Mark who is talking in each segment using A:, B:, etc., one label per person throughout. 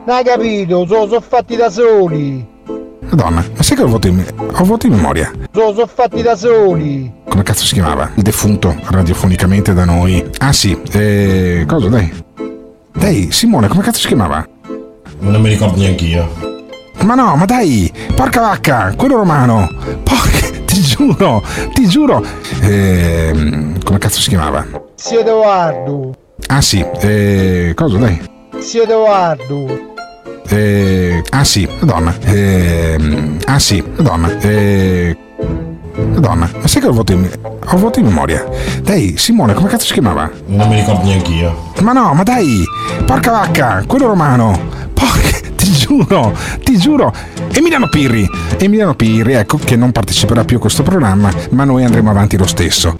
A: Non hai capito, sono fatti da soli.
B: Madonna, ma sai che ho voto in memoria?
A: Sono fatti da soli.
B: Come cazzo si chiamava? Il defunto radiofonicamente da noi. Ah sì, cosa dai? Dai, Simone, come cazzo si chiamava?
C: Non mi ricordo neanch'io.
B: Ma no, ma dai, porca vacca, quello romano. Porca, ti giuro. Come cazzo si chiamava?
A: Zio Edoardo.
B: Ah sì, cosa dai?
A: Zio Edoardo.
B: Ah sì, Madonna. Ah sì, Madonna. Madonna, ma sai che ho voto in memoria? Dai, Simone, come cazzo si chiamava?
C: Non mi ricordo neanch'io.
B: Ma no, ma dai, porca vacca, quello romano. Porca, ti giuro. Emiliano Pirri, ecco, che non parteciperà più a questo programma, ma noi andremo avanti lo stesso.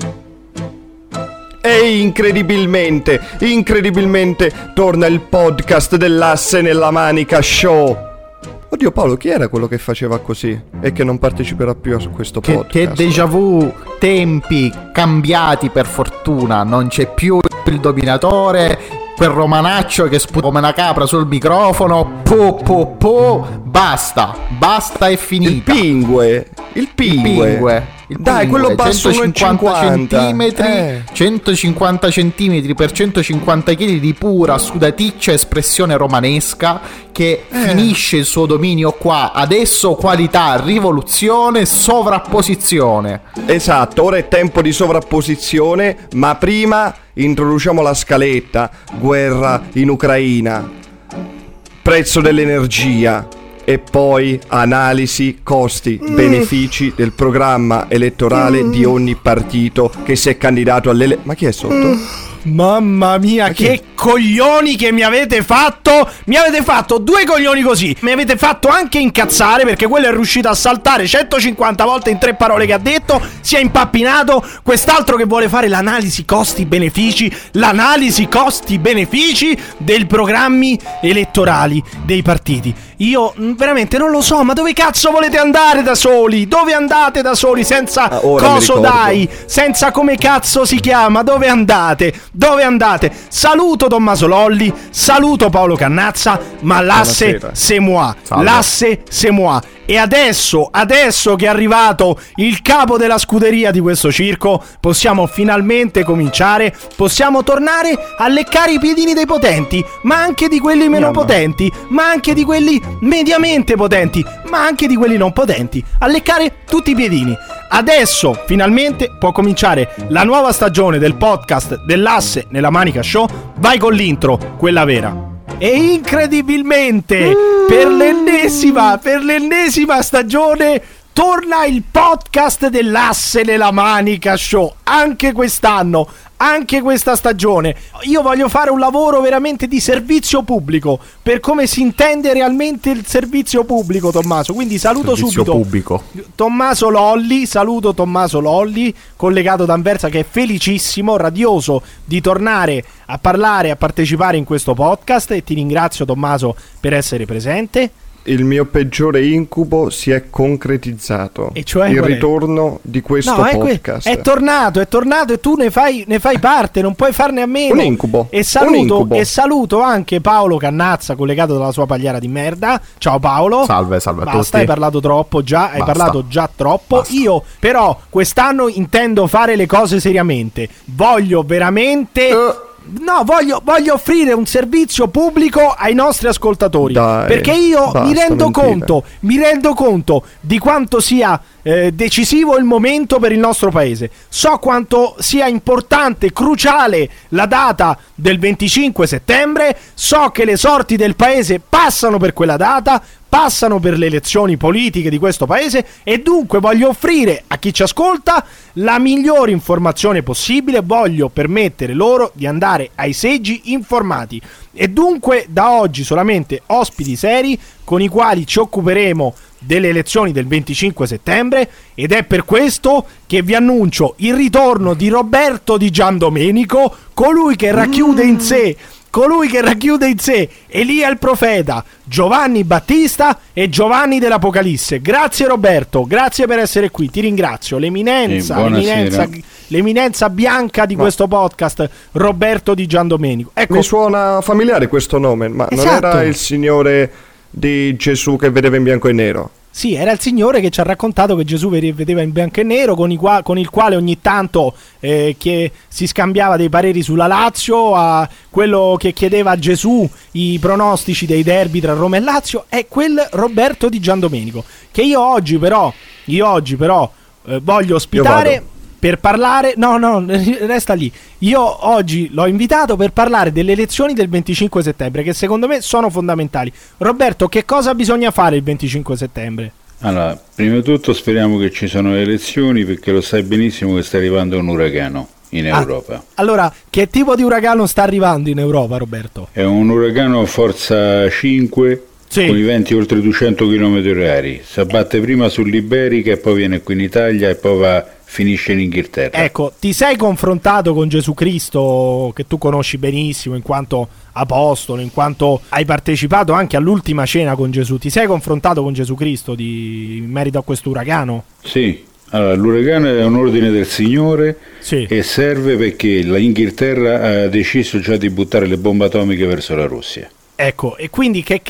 D: E incredibilmente torna il podcast dell'Asse nella Manica Show. Oddio Paolo, chi era quello che faceva così e che non parteciperà più a questo podcast?
E: Che déjà vu, tempi cambiati per fortuna, non c'è più il dominatore, quel romanaccio che sputa come una capra sul microfono, basta, è finita.
D: Il pingue. Dai, quello basso 150 centimetri, 150 centimetri per 150 kg di pura sudaticcia espressione romanesca che finisce il suo dominio qua. Adesso qualità, rivoluzione, sovrapposizione. Esatto, ora è tempo di sovrapposizione, ma prima introduciamo la scaletta. Guerra in Ucraina, prezzo dell'energia e poi analisi costi benefici del programma elettorale di ogni partito che si è candidato ma chi è sotto?
F: Mamma mia, che coglioni che mi avete fatto! Mi avete fatto due coglioni così. Mi avete fatto anche incazzare perché quello è riuscito a saltare 150 volte in 3 parole che ha detto. Si è impappinato. Quest'altro che vuole fare l'analisi costi-benefici. L'analisi costi-benefici dei programmi elettorali dei partiti. Io veramente non lo so, ma dove cazzo volete andare da soli? Dove andate da soli senza coso dai? Senza come cazzo si chiama? Dove andate? Saluto Tommaso Lolli, saluto Paolo Cannazza, ma l'asse c'est moi. L'asse c'est moi. E adesso che è arrivato il capo della scuderia di questo circo, possiamo finalmente cominciare, possiamo tornare a leccare i piedini dei potenti, ma anche di quelli meno potenti, ma anche di quelli mediamente potenti, ma anche di quelli non potenti, a leccare tutti i piedini. Adesso finalmente può cominciare la nuova stagione del podcast dell'Asse nella Manica Show. Vai con l'intro, quella vera. E incredibilmente per l'ennesima stagione torna il podcast dell'Asse nella Manica Show. Anche quest'anno, anche questa stagione io voglio fare un lavoro veramente di servizio pubblico, per come si intende realmente il servizio pubblico, Tommaso. Quindi saluto servizio subito pubblico Tommaso Lolli, saluto Tommaso Lolli, collegato da Anversa, che è felicissimo, radioso di tornare a parlare, a partecipare in questo podcast, e ti ringrazio Tommaso per essere presente.
D: Il mio peggiore incubo si è concretizzato,
F: e cioè
D: il ritorno di questo podcast.
F: È tornato e tu ne fai parte, non puoi farne a meno.
D: Un incubo.
F: E saluto anche Paolo Cannazza, collegato dalla sua pagliara di merda. Ciao Paolo.
E: Salve a tutti.
F: Hai parlato troppo già, hai parlato già troppo. Basta. Io però quest'anno intendo fare le cose seriamente. Voglio veramente voglio offrire un servizio pubblico ai nostri ascoltatori.
D: Dai,
F: perché io mi rendo conto di quanto sia decisivo il momento per il nostro paese. So quanto sia importante, cruciale la data del 25 settembre. So che le sorti del paese passano per quella data, passano per le elezioni politiche di questo paese, e dunque voglio offrire a chi ci ascolta la migliore informazione possibile. Voglio permettere loro di andare ai seggi informati, e dunque da oggi solamente ospiti seri con i quali ci occuperemo delle elezioni del 25 settembre, ed è per questo che vi annuncio il ritorno di Roberto Di Giandomenico, colui che racchiude in sé colui che racchiude in sé Elia il profeta, Giovanni Battista e Giovanni dell'Apocalisse. Grazie Roberto, grazie per essere qui, ti ringrazio. L'eminenza bianca di questo podcast, Roberto Di Giandomenico. Ecco.
G: Mi suona familiare questo nome, ma
F: esatto.
G: Non era il Signore di Gesù che vedeva in bianco e nero?
F: Sì, era il Signore che ci ha raccontato che Gesù vedeva in bianco e nero, con il quale ogni tanto che si scambiava dei pareri sulla Lazio, a quello che chiedeva a Gesù i pronostici dei derby tra Roma e Lazio, è quel Roberto Di Giandomenico, che io oggi però voglio ospitare per parlare. No, resta lì. Io oggi l'ho invitato per parlare delle elezioni del 25 settembre, che secondo me sono fondamentali. Roberto, che cosa bisogna fare il 25 settembre?
H: Allora, prima di tutto speriamo che ci sono le elezioni, perché lo sai benissimo che sta arrivando un uragano in Europa.
F: Allora, che tipo di uragano sta arrivando in Europa, Roberto?
H: È un uragano forza 5, sì, con i venti oltre 200 km/h. Si abbatte prima sull'Iberica e poi viene qui in Italia e poi finisce in Inghilterra.
F: Ecco, ti sei confrontato con Gesù Cristo, che tu conosci benissimo in quanto apostolo, in quanto hai partecipato anche all'ultima cena con Gesù. Ti sei confrontato con Gesù Cristo in merito a questo uragano?
H: Sì. Allora, l'uragano è un ordine del Signore, sì, e serve perché l'Inghilterra ha deciso già di buttare le bombe atomiche verso la Russia.
F: Ecco, e quindi che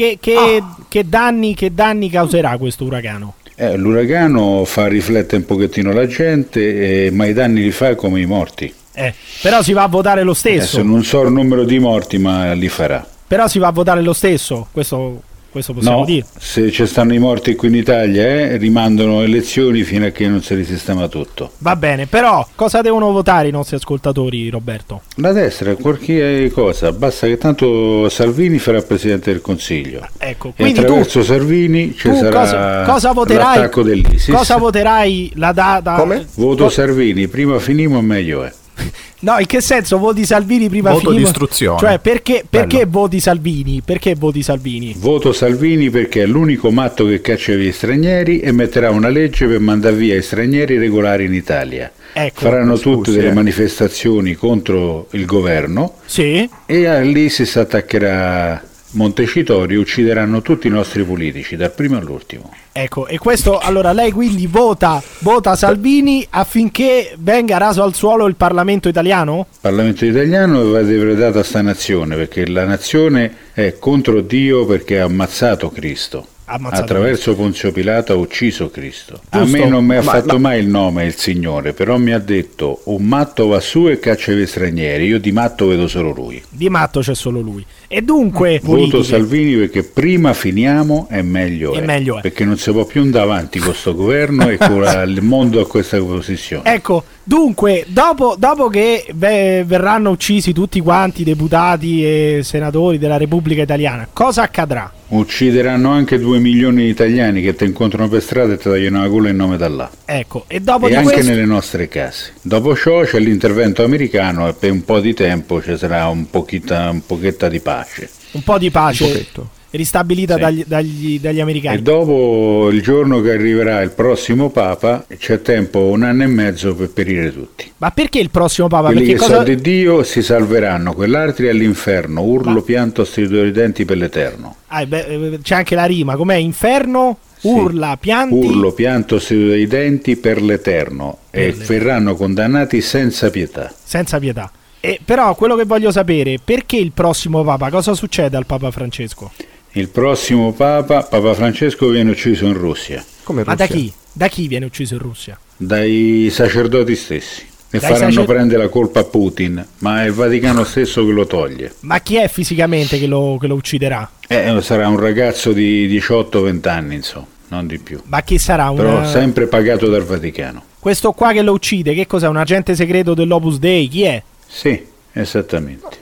F: danni causerà questo uragano?
H: L'uragano fa riflettere un pochettino la gente, ma i danni li fa come i morti.
F: Però si va a votare lo stesso.
H: Adesso non so il numero di morti, ma li farà.
F: Però si va a votare lo stesso, questo possiamo dire.
H: Se ci stanno i morti qui in Italia, rimandano elezioni fino a che non si risistema tutto.
F: Va bene, però cosa devono votare i nostri ascoltatori, Roberto?
H: La destra, qualche cosa, basta che tanto Salvini farà Presidente del Consiglio.
F: Ecco,
H: e attraverso Salvini ci sarà
F: cosa voterai,
H: l'attacco dell'ISIS.
F: Cosa voterai la data?
G: Come?
H: Voto Salvini, prima finimo meglio è.
F: No, in che senso voti Salvini prima
D: voto di istruzione?
F: Cioè, perché voti Salvini? Perché voti Salvini?
H: Voto Salvini perché è l'unico matto che caccia via gli stranieri e metterà una legge per mandare via i stranieri regolari in Italia. Ecco, faranno tutte delle manifestazioni contro il governo, sì, e l'ISIS attaccherà Montecitorio, uccideranno tutti i nostri politici, dal primo all'ultimo.
F: Ecco, e questo, allora lei quindi vota Salvini affinché venga raso al suolo il Parlamento italiano?
H: Il Parlamento italiano va depredata a sta nazione, perché la nazione è contro Dio perché ha ammazzato Cristo. Attraverso Ponzio Pilato ha ucciso Cristo. Giusto. A me non mi ha fatto mai il nome il Signore, però mi ha detto: un matto va su e caccia gli stranieri. Io di matto vedo solo lui.
F: Di matto c'è solo lui. E dunque
H: voto Salvini perché prima finiamo e meglio è. Perché non si può più andare avanti con questo governo e con il mondo a questa posizione.
F: Ecco, dunque dopo che verranno uccisi tutti quanti i deputati e senatori della Repubblica Italiana, cosa accadrà?
H: Uccideranno anche 2 milioni di italiani che ti incontrano per strada e ti tagliano la gola in nome d'Allah.
F: Ecco, e dopo
H: di anche nelle nostre case. Dopo ciò c'è l'intervento americano e per un po' di tempo ci sarà un pochetto di pace.
F: Un po' di pace ristabilita, sì, dagli americani.
H: E dopo, il giorno che arriverà il prossimo Papa, c'è tempo 1 anno e mezzo per perire tutti.
F: Ma perché il prossimo Papa?
H: Quelli
F: perché
H: che sono di Dio si salveranno, quell'altri all'inferno, urlo, pianto, stridore di denti per l'eterno.
F: C'è anche la rima, com'è? Inferno, urla, pianti.
H: Urlo, pianto, stridore di denti per l'eterno, e verranno condannati senza pietà.
F: Senza pietà. Però quello che voglio sapere, perché il prossimo Papa? Cosa succede al Papa Francesco?
H: Il prossimo Papa Francesco, viene ucciso in Russia.
F: Come Russia? Ma da chi? Da chi viene ucciso in Russia?
H: Dai sacerdoti stessi. E faranno prendere la colpa a Putin, ma è il Vaticano stesso che lo toglie.
F: Ma chi è fisicamente che lo ucciderà?
H: Sarà un ragazzo di 18-20 anni, insomma, non di più.
F: Ma chi sarà?
H: Però sempre pagato dal Vaticano.
F: Questo qua che lo uccide, che cos'è? Un agente segreto dell'Opus Dei? Chi è?
H: Sì, esattamente.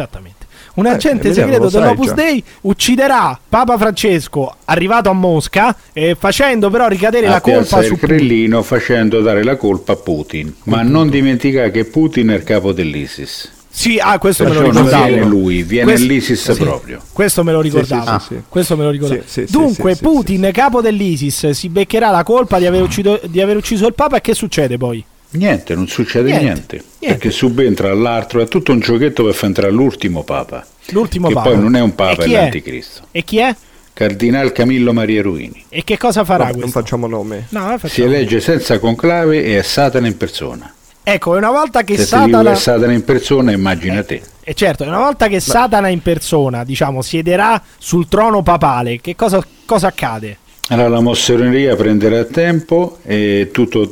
F: Un agente segreto dell'Opus Dei ucciderà Papa Francesco, arrivato a Mosca, facendo però ricadere la colpa su
H: Crellino, facendo dare la colpa a Putin. Ma non dimenticare che Putin è il capo dell'ISIS.
F: Sì, questo me lo ricordavo.
H: Non viene lui, viene l'ISIS proprio.
F: Questo me lo ricordavo. Questo me lo ricordavo. Dunque, Putin, capo dell'ISIS, si beccherà la colpa di aver ucciso il Papa, e che succede poi?
H: Niente, non succede niente. Perché subentra l'altro, è tutto un giochetto per far entrare l'ultimo Papa.
F: L'ultimo
H: che
F: Papa.
H: Poi non è un Papa, è l'Anticristo.
F: E chi è?
H: Cardinal Camillo Maria Ruini.
F: E che cosa farà questo?
G: Non facciamo nome.
F: No,
H: si elegge senza conclave e è Satana in persona.
F: Ecco, una volta che
H: se
F: Satana...
H: è Satana in persona, immagina te.
F: E certo, una volta che Satana in persona, diciamo, siederà sul trono papale, che cosa accade?
H: Allora la massoneria prenderà tempo e tutto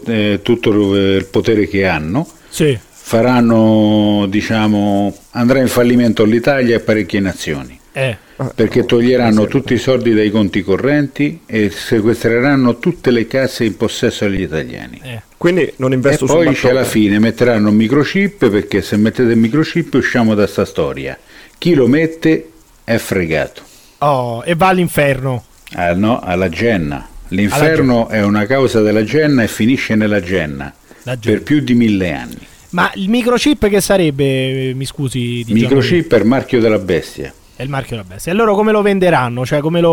H: il potere che hanno.
F: Sì.
H: Faranno, diciamo, andrà in fallimento l'Italia e parecchie nazioni. Perché toglieranno tutti i soldi dai conti correnti e sequestreranno tutte le casse in possesso agli italiani.
G: Quindi non investo
H: e poi c'è la fine, metteranno un microchip, perché se mettete il microchip usciamo da sta storia. Chi lo mette è fregato.
F: E va all'inferno.
H: No, alla Genna. L'inferno è una causa della Genna e finisce nella Genna per più di 1000 anni.
F: Ma il microchip che sarebbe, mi scusi?
H: Microchip è il marchio della bestia.
F: È il marchio della bestia. E loro come lo venderanno? Cioè come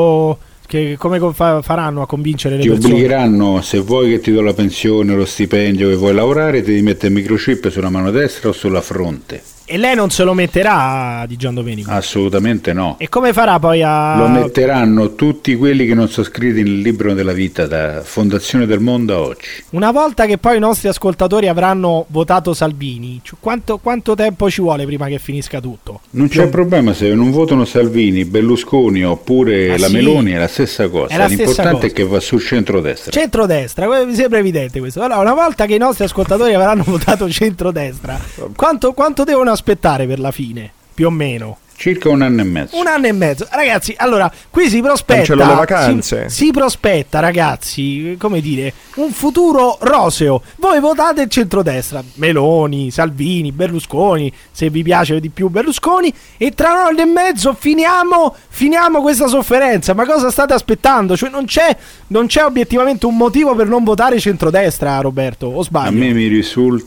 F: faranno a convincere le persone?
H: Ti obbligheranno, se vuoi che ti do la pensione o lo stipendio che vuoi lavorare, ti devi mettere il microchip sulla mano destra o sulla fronte.
F: E lei non se lo metterà di Gian Domenico?
H: Assolutamente no.
F: E come farà poi a...
H: Lo metteranno tutti quelli che non sono scritti nel libro della vita, da Fondazione del Mondo a oggi.
F: Una volta che poi i nostri ascoltatori avranno votato Salvini, quanto tempo ci vuole prima che finisca tutto?
H: Non c'è problema, se non votano Salvini, Berlusconi oppure la Meloni è la stessa cosa. L'importante è che va sul centrodestra.
F: Centrodestra, mi sembra evidente questo. Allora, una volta che i nostri ascoltatori avranno votato centrodestra, quanto devono aspettare per la fine, più o meno?
H: Circa 1 anno e mezzo.
F: 1 anno e mezzo. Ragazzi, allora, qui si prospetta
G: le vacanze.
F: Si prospetta, ragazzi, come dire, un futuro roseo. Voi votate il centrodestra, Meloni, Salvini, Berlusconi, se vi piace di più Berlusconi, e tra 1 anno e mezzo finiamo questa sofferenza. Ma cosa state aspettando? Cioè non c'è obiettivamente un motivo per non votare centrodestra, Roberto, o sbaglio?
H: A me mi risulta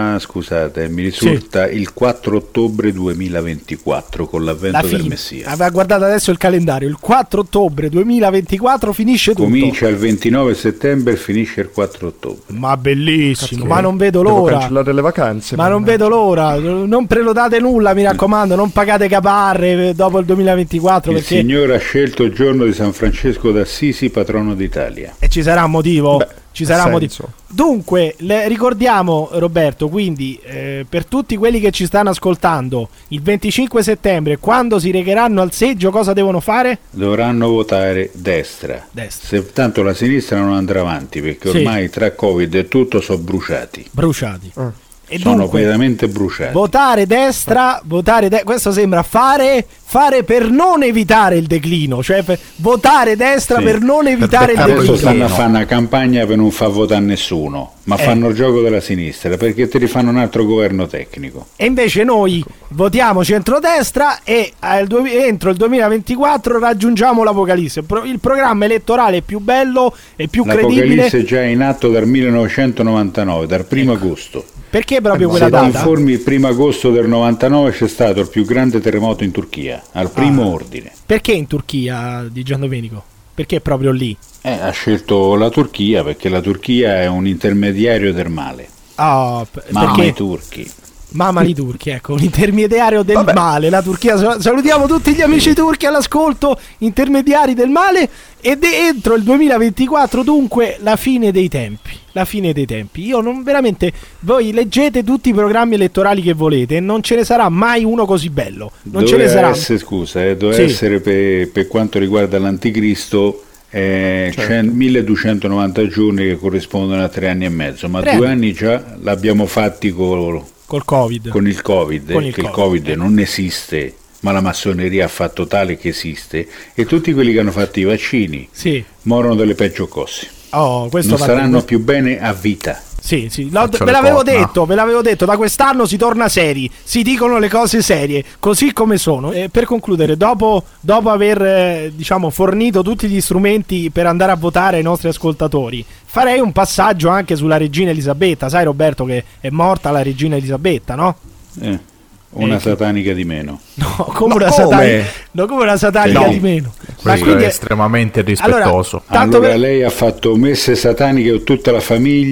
H: il 4 ottobre 2024 con l'avvento del Messia.
F: Guardate adesso il calendario, il 4 ottobre 2024 finisce tutto.
H: Comincia il 29 settembre e finisce il 4 ottobre.
F: Ma bellissimo, ma non vedo l'ora.
G: Devo cancellare le vacanze.
F: Ma non vedo l'ora, non prenotate nulla, mi raccomando, non pagate caparre dopo il 2024.
H: Il
F: perché
H: Signore ha scelto il giorno di San Francesco d'Assisi, patrono d'Italia.
F: E ci sarà un motivo? Ci sarà un motivo. Dunque, ricordiamo, Roberto, quindi per tutti quelli che ci stanno ascoltando, il 25 settembre, quando si recheranno al seggio, cosa devono fare?
H: Dovranno votare destra. Se tanto la sinistra non andrà avanti, perché ormai tra Covid e tutto sono bruciati. E sono completamente bruciati.
F: Votare destra, questo sembra fare per non evitare il declino, cioè votare destra per non evitare il declino.
H: Adesso stanno a fare una campagna per non far votare nessuno, ma fanno il gioco della sinistra perché te li fanno un altro governo tecnico.
F: E invece noi votiamo centrodestra e entro il 2024 raggiungiamo l'Apocalisse, il programma elettorale più bello e più credibile.
H: L'Apocalisse è già in atto dal 1999, dal 1° agosto.
F: Perché proprio quella data?
H: Se ti informi, il 1° agosto del 99 c'è stato il più grande terremoto in Turchia, al primo ordine.
F: Perché in Turchia, di Gian Domenico? Perché proprio lì?
H: Ha scelto la Turchia perché la Turchia è un intermediario termale. Mamma i turchi.
F: Mamma di turchi, ecco, un intermediario del male, la Turchia. Salutiamo tutti gli amici turchi all'ascolto, intermediari del male. Ed entro il 2024 dunque la fine dei tempi. Io non veramente, voi leggete tutti i programmi elettorali che volete, non ce ne sarà mai uno così bello.
H: Doveva essere per quanto riguarda l'Anticristo. C'è 1290 giorni che corrispondono a 3 anni e mezzo, ma 2 anni già l'abbiamo fatti col Covid. Con il Covid, il Covid non esiste, ma la massoneria ha fatto tale che esiste, e tutti quelli che hanno fatto i vaccini morono delle peggio cose. Non saranno più bene a vita.
F: Sì, ve l'avevo detto, da quest'anno si torna seri, si dicono le cose serie, così come sono. E per concludere, dopo aver fornito tutti gli strumenti per andare a votare ai nostri ascoltatori, farei un passaggio anche sulla regina Elisabetta. Sai, Roberto, che è morta la regina Elisabetta, no?
H: Una satanica di meno.
F: Come una satanica di meno.
E: Ma quindi è estremamente rispettoso.
H: Allora lei ha fatto messe sataniche con tutta la famiglia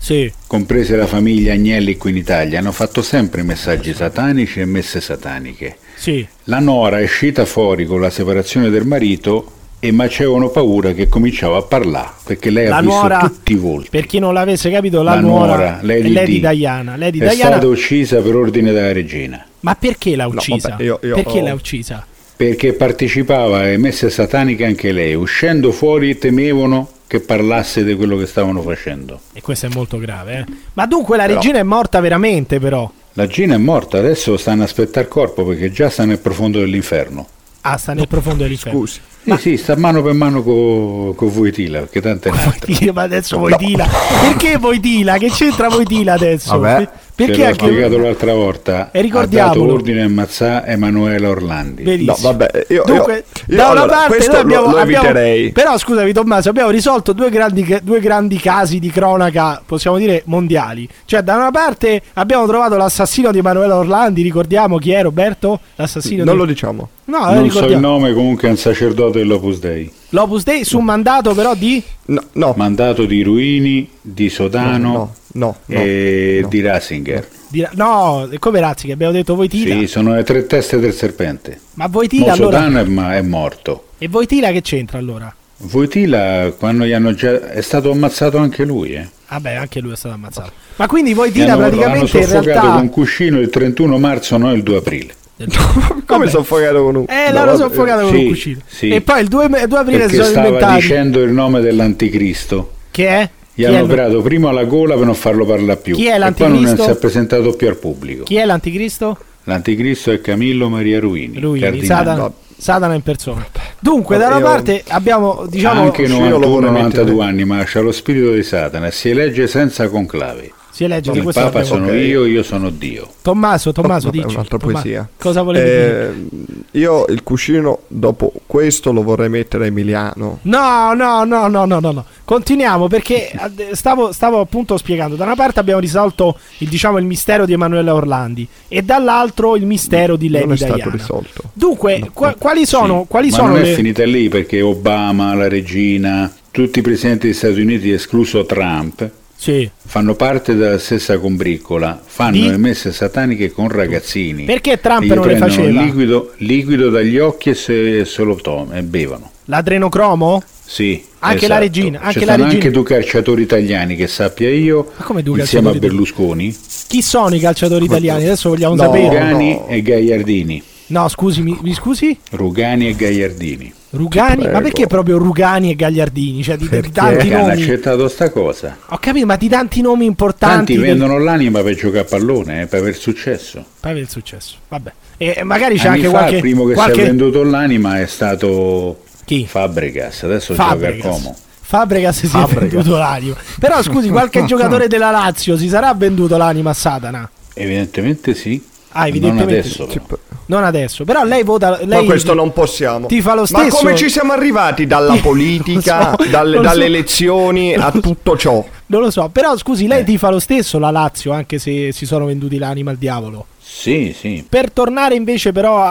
F: sì,
H: comprese la famiglia Agnelli qui in Italia, hanno fatto sempre messaggi satanici e messe sataniche.
F: sì.
H: La Nora è uscita fuori con la separazione del marito e facevano paura che cominciava a parlare, perché lei
F: La
H: ha visto
F: nuora,
H: tutti i volti.
F: per chi non l'avesse capito, la
H: La
F: nuora
H: nuora,
F: è
H: Lady
F: Lady
H: Di.
F: Diana. Lady
H: È
F: Diana.
H: stata uccisa per ordine della regina.
F: Ma perché l'ha uccisa?
G: vabbè, io
F: perché
G: ho-
F: l'ha uccisa?
H: Perché partecipava alle messe sataniche anche lei. Uscendo fuori temevano che parlasse di quello che stavano facendo.
F: E questo è molto grave, eh? Ma dunque la regina è morta veramente, però?
H: La regina è morta, adesso stanno a aspettare il corpo perché già sta nel profondo dell'inferno.
F: Ah, sta nel profondo dell'inferno.
G: Scusi.
H: Sì, sta mano per mano con Voitila, perché tante è un'altra.
F: Ma adesso Voitila. Perché Voitila? Che c'entra Voitila adesso?
D: Vabbè.
F: Perché
H: Ce l'ho
F: anche
H: spiegato l'altra volta.
F: E
H: Ha
F: ricordiamolo.
H: dato ordine a ammazzare Emanuela Orlandi.
F: benissimo.
G: No, vabbè,
F: Dunque,
G: io
F: da una
G: allora,
F: parte
G: questo
F: noi abbiamo,
G: lo eviterei.
F: però scusami Tommaso, abbiamo risolto due grandi casi di cronaca, possiamo dire mondiali. Cioè, da una parte abbiamo trovato l'assassino di Emanuela Orlandi, ricordiamo chi è, Roberto? L'assassino
G: Non
F: di...
G: lo diciamo.
F: No,
H: Non so il
F: ricordiamo.
H: nome, comunque è un sacerdote dell'Opus Dei.
F: L'Opus Dei su mandato però di
G: No.
H: Mandato di Ruini, di Sodano
G: No.
H: e
G: no.
H: di Ratzinger.
F: no, come Razzi che abbiamo detto Voitila.
H: Sì, sono le tre teste del serpente.
F: Ma Voitila allora
H: Sodano è morto.
F: e Voitila che c'entra allora?
H: Voitila, quando gli hanno già... è stato ammazzato anche lui,
F: Vabbè, anche lui è stato ammazzato. Ma quindi
H: Gli
F: Voitila
H: hanno
F: praticamente in
H: soffocato
F: realtà
H: con un cuscino il 31 marzo, no il 2 aprile.
G: Come soffocato con un...
F: l'hanno soffocato con
H: sì,
F: un cuscino.
H: sì.
F: E poi il 2 aprile si
H: Perché
F: sono
H: stava
F: inventati.
H: dicendo il nome dell'anticristo.
F: Che è?
H: Gli
F: Chi
H: hanno
F: è,
H: operato prima alla gola per non farlo parlare più.
F: Chi è
H: e poi non
F: l'anticristo?
H: si è presentato più al pubblico.
F: Chi è l'anticristo?
H: L'anticristo è Camillo Maria Ruini.
F: Lui,
H: cardinale.
F: Satana in persona. Dunque, da una parte abbiamo, diciamo,
H: Anche
G: Sì, io lo vorrei
H: 91-92
G: mettere.
H: anni, ma c'ha lo spirito di Satana. Si elegge senza conclave.
F: si elegge di
H: Il
F: questo
H: Papa
F: abbiamo-
H: sono
G: Ok.
H: io sono Dio.
F: Tommaso,
G: Vabbè, è
F: dici.
G: un'altra
F: Tommaso,
G: poesia.
F: cosa volevi dire?
G: Io il cuscino dopo questo lo vorrei mettere a Emiliano.
F: No. Continuiamo perché stavo appunto spiegando. Da una parte abbiamo risolto il mistero di Emanuela Orlandi e dall'altro il mistero di Lady
G: Non è stato
F: Diana.
G: risolto.
F: Dunque, quali sono,
H: Sì,
F: quali
H: ma
F: sono
H: non
F: le...
H: è finita lì, perché Obama, la regina, tutti i presidenti degli Stati Uniti, escluso Trump,
F: Sì.
H: fanno parte della stessa combriccola, fanno
F: Di?
H: le messe sataniche con ragazzini.
F: Perché Trump
H: E gli
F: non le
H: prendono
F: faceva?
H: liquido dagli occhi e se lo e bevano.
F: L'adrenocromo?
H: Sì,
F: Anche la
H: esatto.
F: regina, anche
H: Ci
F: la
H: sono
F: regina.
H: anche due calciatori italiani che sappia io,
F: Ma come due
H: insieme a
F: calciatori
H: Berlusconi,
F: Chi sono i calciatori italiani? Adesso vogliamo
G: No.
F: sapere.
H: Rugani
G: no.
H: e Gagliardini.
F: No, scusi, mi scusi?
H: Rugani e Gagliardini.
F: Rugani? Ma
G: Prego.
F: perché proprio Rugani e Gagliardini? Cioè di tanti
H: Perché hanno
F: nomi.
H: accettato sta cosa.
F: Ho capito, ma di tanti nomi importanti.
H: Tanti vendono l'anima per giocare a pallone, per aver successo.
F: Poi il successo. Vabbè. E magari c'è
H: Anni
F: anche
H: fa
F: qualche.
H: il primo che si
F: qualche...
H: è venduto l'anima è stato
F: Chi?
H: Fabregas, adesso gioca al
F: Fabregas.
H: Como.
F: Fabregas si è venduto l'anima. Però scusi, qualche giocatore della Lazio si sarà venduto l'anima a Satana?
H: Evidentemente sì.
F: Ah, evidentemente
H: Non adesso.
F: sì.
H: però.
F: Non adesso. Però lei vota. Lei
G: Ma questo non possiamo.
F: ti fa lo stesso.
G: Ma come ci siamo arrivati dalla politica,
F: Non so,
G: dalle
F: non so.
G: elezioni a tutto ciò?
F: Non lo so. Però scusi, lei ti fa lo stesso la Lazio, anche se si sono venduti l'anima al diavolo.
H: Sì, sì.
F: Per tornare invece però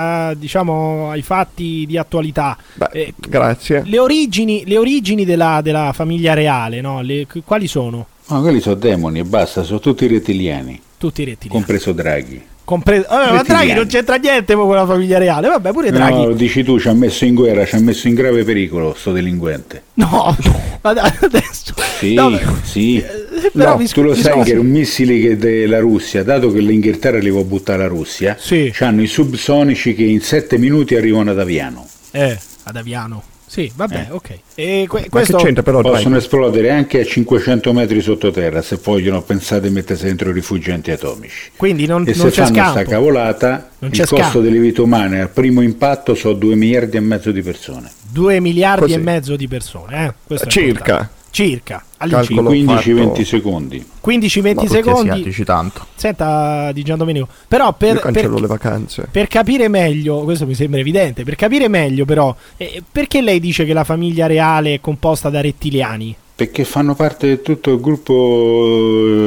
F: diciamo ai fatti di attualità,
G: Beh, grazie.
F: le origini della famiglia reale, no? Quali sono?
H: Ma quelli sono demoni e basta, sono tutti rettiliani,
F: Tutti i rettiliani.
H: compreso Draghi.
F: Ma
H: rettiliani.
F: Draghi non c'entra niente con la famiglia reale. Vabbè, pure Draghi.
H: No, lo dici tu, ci ha messo in guerra, ci ha messo in grave pericolo sto delinquente.
F: No, adesso.
H: Sì,
F: No,
H: sì.
F: però
G: No,
F: mi
H: Tu lo
F: mi
H: sai
F: scusi.
H: che era un missile che della Russia, dato che l'Inghilterra li può buttare la Russia,
F: Sì.
H: hanno i subsonici che in 7 minuti arrivano ad Aviano.
F: Ad Aviano. Sì, vabbè, ok. E
G: Ma
F: questo
G: che c'entra però?
H: Possono
G: Draghi?
H: esplodere anche a 500 metri sottoterra se vogliono, pensate, mettersi dentro i rifugi antiatomici.
F: quindi non
H: E
F: c'è
H: se fanno
F: scampo.
H: sta cavolata,
F: Non c'è
H: il costo
F: scampo.
H: delle vite umane al primo impatto sono 2 miliardi e mezzo di persone.
F: 2 miliardi
G: Così.
F: e mezzo di persone, Questo è
G: Circa.
F: importante. Circa. All'incirca.
G: Calcolo.
H: In 15-20
G: fatto-
H: secondi.
F: 15-20
D: Ma perché
F: secondi.
D: asiatici tanto.
F: Senta, di Gian Domenico. Però
G: Io
F: per
G: cancello le vacanze.
F: per capire meglio, questo mi sembra evidente, per capire meglio però, perché lei dice che la famiglia reale è composta da rettiliani?
H: Perché fanno parte di tutto il gruppo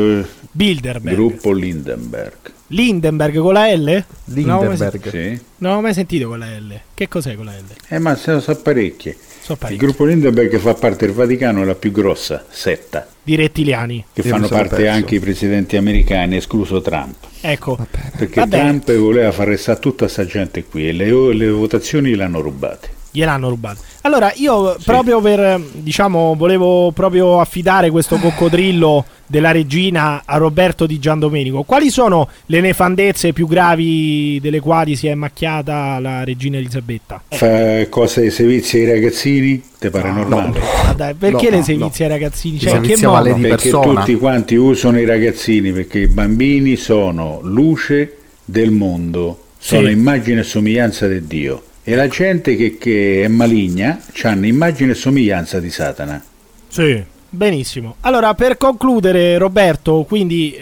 F: Bilderberg.
H: Gruppo Lindenberg.
F: Lindenberg con la L?
D: Lindenberg.
H: Sì.
F: Non ho mai sentito con la L. Che cos'è con la L?
H: Ma se lo sa parecchie.
F: So
H: Il
F: parecchio.
H: gruppo Lindenberg fa parte del Vaticano, è la più grossa setta.
F: Di rettiliani.
H: Che
G: Io
H: fanno
G: mi sono
H: parte
G: perso.
H: anche i presidenti americani, escluso Trump.
F: Ecco.
H: Perché
F: Vabbè.
H: Trump voleva far restare tutta sta gente qui e le votazioni l'hanno rubate.
F: Gliel'hanno rubato. Allora, io proprio per, diciamo, volevo proprio affidare questo coccodrillo della regina a Roberto Di Giandomenico. Quali sono le nefandezze più gravi delle quali si è macchiata la regina Elisabetta?
H: Fa cose ai servizi ai ragazzini? Te pare normale?
F: Ma dai, perché
G: No,
F: le sevizie ai ragazzini? Cioè, in che
D: Servizia vale
F: modo?
D: di
H: Perché
D: persona.
H: tutti quanti usano i ragazzini, perché i bambini sono luce del mondo, sono
F: Sì.
H: immagine e somiglianza di Dio. E la gente che è maligna hanno immagine e somiglianza di Satana.
F: Sì, benissimo. Allora, per concludere, Roberto, quindi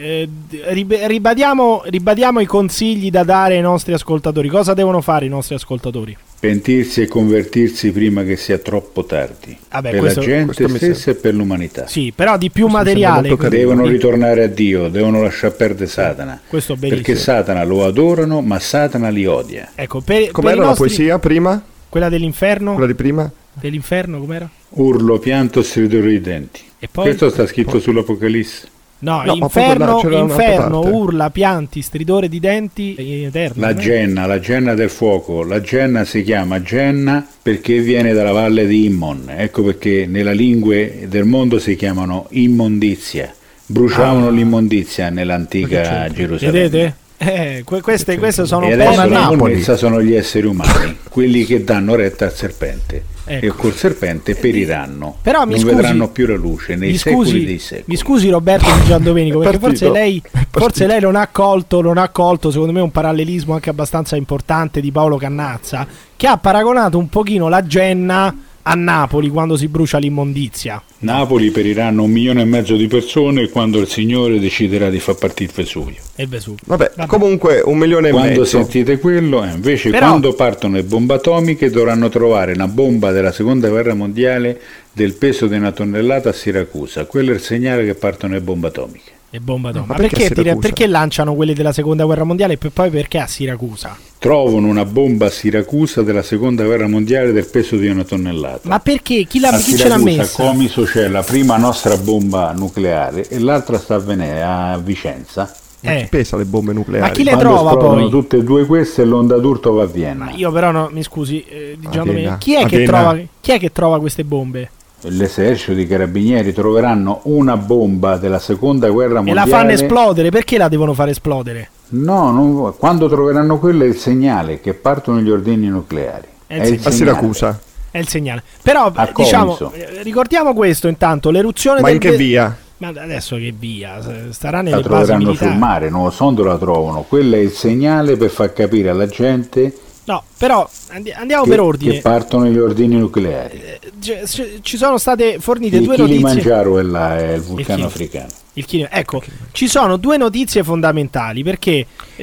F: ribadiamo i consigli da dare ai nostri ascoltatori. Cosa devono fare i nostri ascoltatori?
H: Pentirsi e convertirsi prima che sia troppo tardi.
F: Vabbè,
H: per
F: questo-
H: la gente
G: questo mi
H: stessa e per l'umanità.
F: Sì, però di più
G: Questo mi
F: materiale.
G: sembra molto
F: quindi-
H: Devono ritornare a Dio, devono lasciare perdere Satana.
F: Questo benissimo.
H: Perché Satana lo adorano, ma Satana li odia.
F: Ecco, per
G: Com'era
F: i
G: la
F: nostri-
G: poesia prima?
F: Quella dell'inferno?
G: Quella di prima?
F: Dell'inferno, com'era?
H: Urlo, pianto, stridore di denti.
F: E poi?
H: Questo sta scritto sull'Apocalisse.
F: No,
G: No, ma
F: inferno,
G: proprio là c'era un'altra
F: inferno,
G: parte.
F: urla, pianti, stridore di denti, eterno.
H: La Genna del fuoco. La Genna si chiama Genna perché viene dalla valle di Immon. Ecco perché nelle lingue del mondo si chiamano immondizia. Bruciavano l'immondizia nell'antica Gerusalemme.
F: Vedete? Queste sono
H: E
F: belle.
H: adesso
D: a
H: la
D: Napoli.
H: monnezza sono gli esseri umani, quelli che danno retta al serpente.
F: Ecco.
H: E col serpente periranno.
F: Però mi
H: non
F: scusi-
H: vedranno più la luce nei secoli dei secoli.
F: Mi scusi Roberto Di Giandomenico, perché
G: partito.
F: forse lei non ha colto secondo me un parallelismo anche abbastanza importante di Paolo Cannazza, che ha paragonato un pochino la Genna a Napoli quando si brucia l'immondizia.
H: Napoli periranno 1,5 milioni di persone quando il Signore deciderà di far partire il Vesuvio.
F: E Vesuvio.
G: Vabbè,
F: Vabbè.
G: comunque 1,5 milioni.
H: Quando sentite quello, invece
F: Però-
H: quando partono le bombe atomiche dovranno trovare una bomba della seconda guerra mondiale del peso di 1 tonnellata a Siracusa. Quello è il segnale che partono le bombe atomiche.
F: E bomba atomica.
G: Ma perché a Siracusa?
F: Perché lanciano quelli della seconda guerra mondiale e poi perché a Siracusa?
H: Trovano una bomba a Siracusa della seconda guerra mondiale del peso di 1 tonnellata.
F: Ma perché? Chi
H: a
F: ce l'ha
H: Siracusa,
F: messa?
H: a Comiso c'è la prima nostra bomba nucleare e l'altra sta a Vicenza.
G: Ma chi pesa le bombe nucleari?
F: Ma chi le
H: Quando
F: trova
H: esplodono
F: poi?
H: tutte e due queste l'onda d'urto va a Vienna.
F: Ma io però no, mi scusi, diciamo,
G: Adena.
F: chi è che trova queste bombe?
H: L'esercito di carabinieri troveranno una bomba della seconda guerra
F: E
H: mondiale.
F: la fanno esplodere? Perché la devono fare esplodere?
H: No, quando troveranno quello è il segnale che partono gli ordigni nucleari.
F: È il
H: È il
G: A
H: segnale.
G: Siracusa.
F: È il segnale. Però
H: A
F: diciamo,
H: Comiso.
F: ricordiamo questo intanto, l'eruzione
G: Ma
F: del
G: in che via?
F: Ma adesso che via? Starà
H: La
F: nelle basi
H: troveranno
F: militari.
H: sul mare, non so dove la trovano. Quello è il segnale per far capire alla gente
F: No, però andiamo per
H: che
F: ordine.
H: partono gli ordigni nucleari.
F: Ci sono state fornite
H: Il
F: due notizie.
H: Kilimangiaro è il vulcano
F: Kili-
H: africano.
F: Ecco, ci sono due notizie fondamentali perché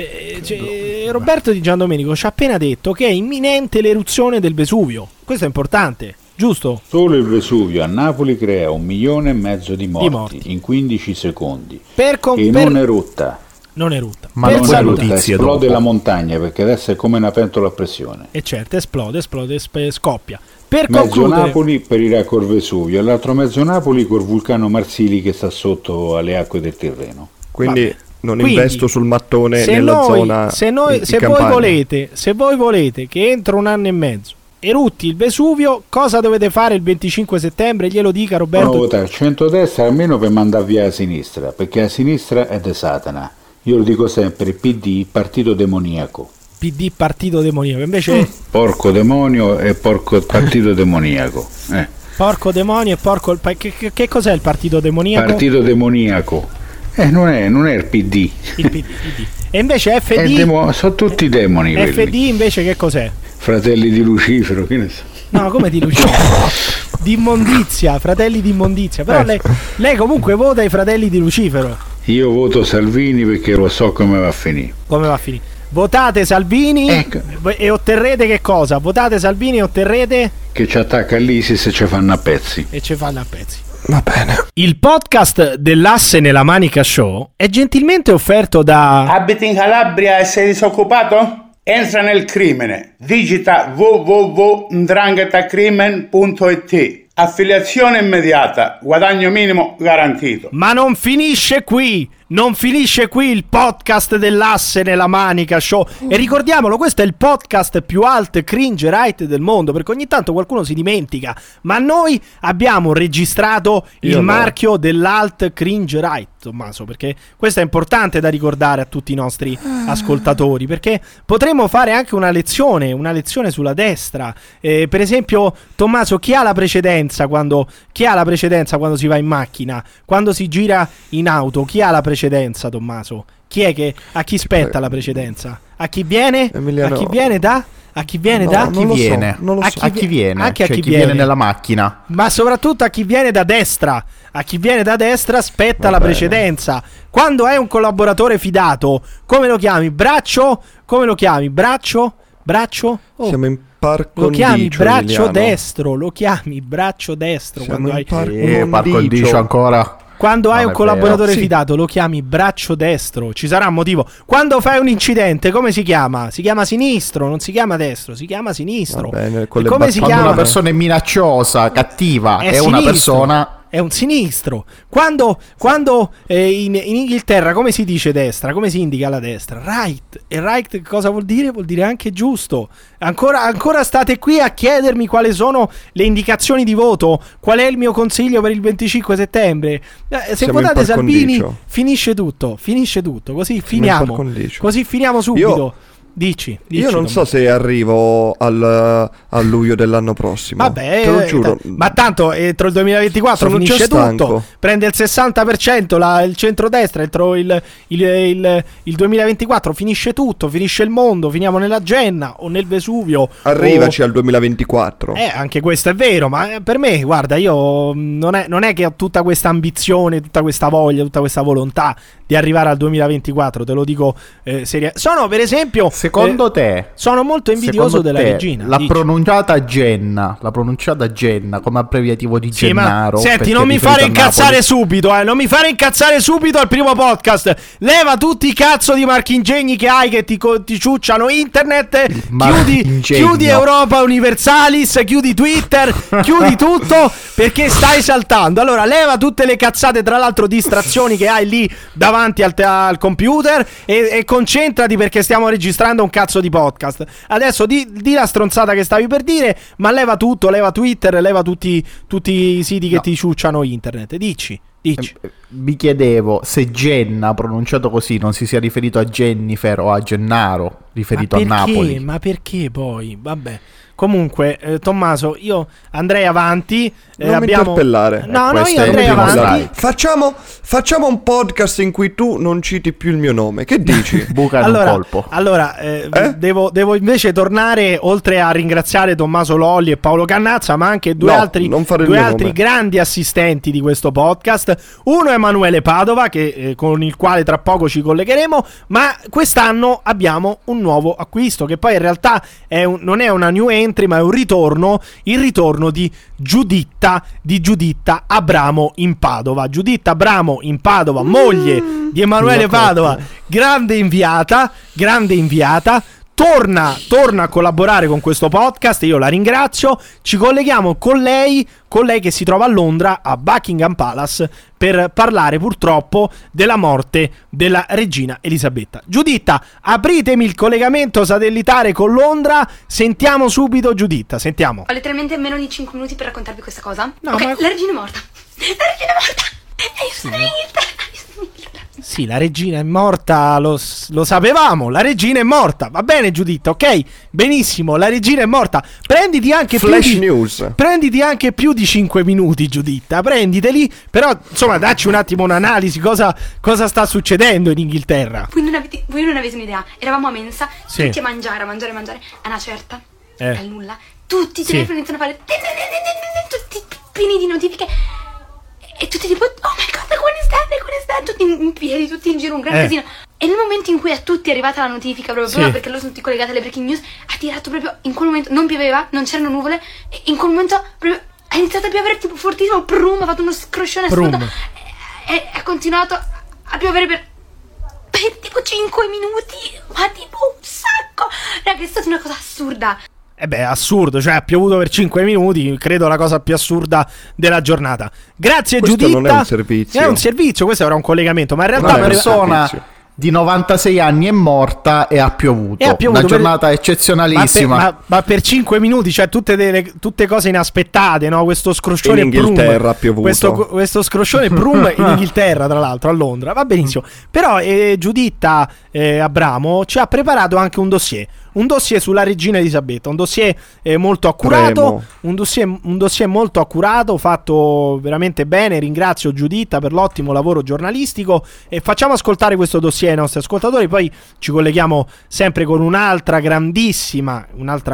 F: Roberto Di Giandomenico ci ha appena detto che è imminente l'eruzione del Vesuvio. Questo è importante, giusto?
H: Solo il Vesuvio a Napoli crea 1,5 milioni di morti,
F: morti.
H: in 15 secondi
F: Per
H: e non erutta.
F: non erutta.
D: Ma
F: Per
D: non
H: Non
D: è
F: salutare-
H: erutta,
D: notizie
H: esplode
D: dopo.
H: la montagna perché adesso è come una pentola a pressione.
F: E certo, esplode, scoppia. Per
H: Mezzo
F: concludere,
H: Napoli perirà col Vesuvio e l'altro mezzo Napoli col vulcano Marsili che sta sotto alle acque del Tirreno.
G: Quindi
F: Vabbè.
G: non
F: Quindi,
G: investo sul mattone
F: se
G: nella
F: noi-
G: zona
F: se noi-
G: in
F: se voi
G: campagna.
F: volete che entro un anno e mezzo erutti il Vesuvio, cosa dovete fare il 25 settembre? Glielo dica
H: Devono
F: Roberto.
H: votare il centrodestra almeno per mandare via la sinistra, perché la sinistra è de Satana. Io lo dico sempre, PD, partito demoniaco.
F: PD partito demoniaco. Invece
H: Porco demonio e porco partito demoniaco.
F: porco demonio e porco che cos'è il partito demoniaco?
H: Partito demoniaco. Non è il PD.
F: Il PD. E invece
H: È
F: FD
H: sono tutti demoni quelli.
F: FD invece che cos'è?
H: Fratelli di Lucifero, che ne so.
F: No, come di Lucifero? Di immondizia, fratelli di immondizia. Però lei comunque vota i fratelli di Lucifero.
H: Io voto Salvini perché lo so come va a finire.
F: Come va a finire? Votate Salvini
H: Ecco.
F: e otterrete che cosa? Votate Salvini e otterrete
H: Che ci attacca l'ISIS e ci fanno a pezzi.
F: e ci fanno a pezzi.
G: Va bene.
F: Il podcast dell'Asse nella Manica Show è gentilmente offerto da...
I: Abiti in Calabria e sei disoccupato? Entra nel crimine. Digita www.ndranghetacrimen.it. Affiliazione immediata, guadagno minimo garantito.
F: Ma non finisce qui! Non finisce qui il podcast dell'Asse nella Manica Show. E ricordiamolo, questo è il podcast più alt cringe right del mondo, perché ogni tanto qualcuno si dimentica, ma noi abbiamo registrato il marchio dell'alt cringe right, Tommaso, perché questo è importante da ricordare a tutti i nostri ascoltatori, perché potremmo fare anche una lezione sulla destra. Per esempio, Tommaso, chi ha la precedenza quando si va in macchina, quando si gira in auto? Chi ha la precedenza, Tommaso? Chi è che a chi spetta la precedenza? A chi viene?
G: Emiliano.
F: A chi viene da? A chi viene da?
G: Non lo so, non lo so.
D: A chi viene?
F: Anche a
D: cioè,
F: chi
D: viene nella macchina.
F: Ma soprattutto a chi viene da destra. A chi viene da destra spetta la precedenza. Quando è un collaboratore fidato, come lo chiami? Braccio? Come lo chiami? Braccio? Oh.
G: Siamo in par condicio,
F: lo chiami braccio
G: Emiliano.
F: destro, lo chiami braccio destro.
G: Siamo
F: Quando
G: in
F: hai
D: Par condicio ancora.
F: Quando hai un collaboratore
G: Sì.
F: fidato lo chiami braccio destro, ci sarà un motivo. Quando fai un incidente, come si chiama? Si chiama sinistro, non si chiama destro, si chiama sinistro.
G: Va bene, con
F: E
G: le
F: come si
G: battute.
D: Quando
F: chiama?
D: una persona è minacciosa, cattiva, è una
F: sinistro.
D: persona...
F: È un sinistro. Quando in Inghilterra come si dice destra? Come si indica la destra? Right. E right cosa vuol dire? Vuol dire anche giusto. Ancora state qui a chiedermi quali sono le indicazioni di voto, qual è il mio consiglio per il 25 settembre. Se
G: Siamo in
F: votate
G: par
F: Salvini
G: condicio.
F: finisce tutto, così
G: in
F: finiamo.
G: par condicio.
F: Così finiamo subito. Dici,
G: Io non so
F: Tommaso.
G: se arrivo a luglio dell'anno prossimo.
F: Vabbè,
G: te lo giuro.
F: ma tanto entro il 2024
G: Sono
F: finisce
G: già stanco.
F: tutto. Prende il 60% il centrodestra, entro il 2024 finisce tutto, finisce il mondo, finiamo nella Genna o nel Vesuvio.
G: Arrivaci al 2024.
F: Anche questo è vero, ma per me, guarda, io non è che ho tutta questa ambizione, tutta questa voglia, tutta questa volontà di arrivare al 2024, te lo dico sono per esempio
D: Secondo te?
F: sono molto invidioso
D: secondo
F: della
D: te,
F: regina.
D: La
F: Dici.
D: pronunciata Genna come abbreviativo di
F: Sì, ma
D: Gennaro.
F: senti,
D: perché
F: non mi
D: riferito
F: fare
D: a
F: incazzare
D: Napoli.
F: subito, non mi fare incazzare subito al primo podcast. Leva tutti i cazzo di marchingegni che hai che ti ciucciano internet. Chiudi Europa Universalis, chiudi Twitter, chiudi tutto perché stai saltando. Allora, leva tutte le cazzate, tra l'altro distrazioni che hai lì davanti al computer e concentrati perché stiamo registrando un cazzo di podcast. Adesso di la stronzata che stavi per dire, ma leva tutto, leva Twitter, leva tutti i siti che ti ciucciano internet. Dici.
D: Mi chiedevo se Genna pronunciato così non si sia riferito a Jennifer o a Gennaro riferito a Napoli.
F: Ma perché poi? Vabbè. Comunque, Tommaso, io andrei avanti.
G: Non mi interpellare.
F: No, io
D: questo è
F: andrei
D: il primo
F: avanti.
G: Facciamo un podcast in cui tu non citi più il mio nome. Che dici?
D: Buca in un colpo.
F: Allora, devo invece tornare, oltre a ringraziare Tommaso Lolli e Paolo Cannazza, ma anche due altri grandi assistenti di questo podcast. Uno è Emanuele Padova, con il quale tra poco ci collegheremo, ma quest'anno abbiamo un nuovo acquisto, che poi in realtà non è una new entry, ma è il ritorno di Giuditta Abramo in Padova. Giuditta Abramo in Padova, moglie di Emanuele Padova, grande inviata, torna a collaborare con questo podcast. Io la ringrazio. Ci colleghiamo con lei che si trova a Londra, a Buckingham Palace, per parlare purtroppo della morte della regina Elisabetta. Giuditta, apritemi il collegamento satellitare con Londra. Sentiamo subito Giuditta, sentiamo.
J: Ho letteralmente meno di 5 minuti per raccontarvi questa cosa.
F: No,
J: ok,
F: ma...
J: la regina è morta. E io sono in Inghilterra.
F: Sì, la regina è morta, lo sapevamo, la regina è morta. Va bene, Giuditta, ok? Benissimo, la regina è morta. Prenditi anche
G: news.
F: Prenditi anche più di 5 minuti, Giuditta. Prenditeli, però insomma, dacci un attimo un'analisi, cosa sta succedendo in Inghilterra.
J: Voi non avete un'idea. Eravamo a mensa,
F: sì,
J: tutti a mangiare. A una certa, dal nulla, tutti i
F: sì,
J: telefoni iniziano a fare tutti pieni di notifiche. E tutti tipo, oh my god, come sta? Tutti in piedi, tutti in giro, un gran casino. E nel momento in cui a tutti è arrivata la notifica, proprio perché loro sono tutti collegati alle breaking news, ha tirato proprio, in quel momento, non pioveva, non c'erano nuvole, e in quel momento proprio ha ha iniziato a piovere tipo fortissimo, Prum, ha fatto uno scroscione assurdo e ha continuato a piovere per tipo 5 minuti, ma tipo un sacco. Raga, è stata una cosa assurda.
F: Assurdo, cioè ha piovuto per 5 minuti, credo la cosa più assurda della giornata. Grazie
G: questo
F: Giuditta.
G: Non è un servizio.
F: È un servizio, questo era un collegamento, ma in realtà
E: una persona di 96 anni è morta e ha piovuto. Una giornata eccezionalissima.
F: Ma per 5 minuti, cioè tutte cose inaspettate, no? Questo scroscione
G: in Inghilterra ha piovuto.
F: Questo scroscione Prum in Inghilterra, tra l'altro, a Londra. Va benissimo. Però Giuditta Abramo ci ha preparato anche un dossier sulla regina Elisabetta, un dossier molto accurato, un dossier molto accurato, fatto veramente bene. Ringrazio Giuditta per l'ottimo lavoro giornalistico e facciamo ascoltare questo dossier ai nostri ascoltatori, poi ci colleghiamo sempre con un'altra grandissima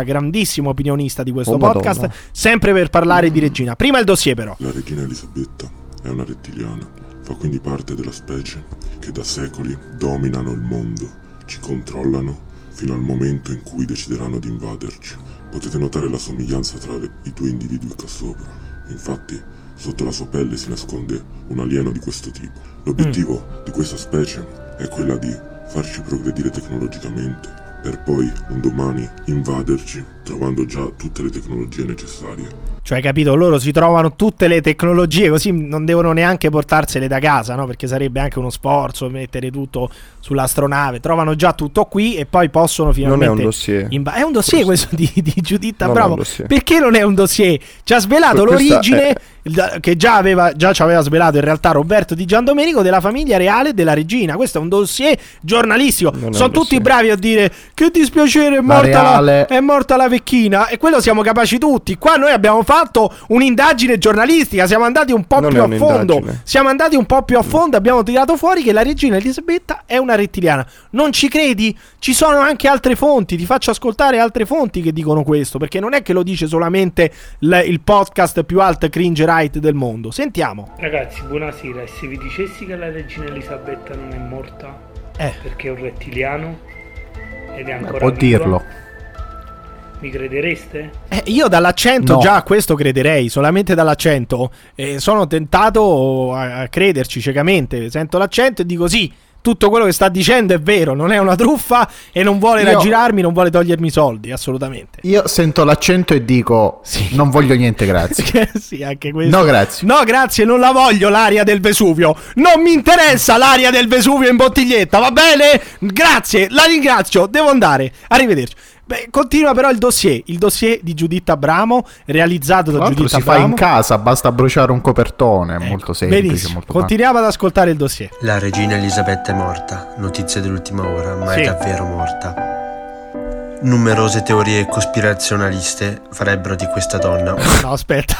F: opinionista di questo podcast, sempre per parlare di regina. Prima il dossier però.
K: La regina Elisabetta è una rettiliana, fa quindi parte della specie che da secoli dominano il mondo, ci controllano fino al momento in cui decideranno di invaderci. Potete notare la somiglianza tra i due individui qua sopra. Infatti, sotto la sua pelle si nasconde un alieno di questo tipo. L'obiettivo di questa specie è quella di farci progredire tecnologicamente, per poi un domani invaderci, trovando già tutte le tecnologie necessarie.
F: Cioè, capito, loro si trovano tutte le tecnologie, così non devono neanche portarsele da casa, no? Perché sarebbe anche uno sforzo mettere tutto sull'astronave. Trovano già tutto qui e poi possono finalmente...
G: Non è un dossier.
F: È un dossier questo di Giuditta Bravo. Perché non è un dossier? Ci ha svelato l'origine che già ci aveva svelato in realtà Roberto Di Giandomenico, della famiglia reale della regina. Questo è un dossier giornalistico. Sono tutti bravi a dire che dispiacere, è morta la vecchina, e quello siamo capaci tutti. Qua noi abbiamo fatto un'indagine giornalistica, siamo andati un po' più a fondo, abbiamo tirato fuori che la regina Elisabetta è una rettiliana. Non ci credi? Ci sono anche altre fonti, ti faccio ascoltare altre fonti che dicono questo, perché non è che lo dice solamente il podcast più alt cringe right del mondo. Sentiamo.
L: Ragazzi, buonasera. E se vi dicessi che la regina Elisabetta non è morta perché è un rettiliano ed è ancora
E: può
L: viva,
E: dirlo.
L: mi credereste?
F: Io dall'accento già a questo crederei, solamente dall'accento. Sono tentato a crederci ciecamente. Sento l'accento e dico sì, tutto quello che sta dicendo è vero, non è una truffa e non vuole raggirarmi, non vuole togliermi soldi, assolutamente.
E: Io sento l'accento e dico non voglio niente, grazie.
F: Sì, anche questo.
E: No, grazie.
F: No, grazie, non la voglio l'aria del Vesuvio. Non mi interessa l'aria del Vesuvio in bottiglietta, va bene? Grazie, la ringrazio, devo andare. Arrivederci. Continua però il dossier di Giuditta Abramo, realizzato da Giuditta Abramo.
E: Si fa in casa, basta bruciare un copertone, è molto semplice.
F: Benissimo.
E: Molto
F: continuiamo ad ascoltare il dossier.
M: La regina Elisabetta è morta, notizie dell'ultima ora, ma è davvero morta. Numerose teorie cospirazionaliste farebbero di questa donna...
F: No, aspetta.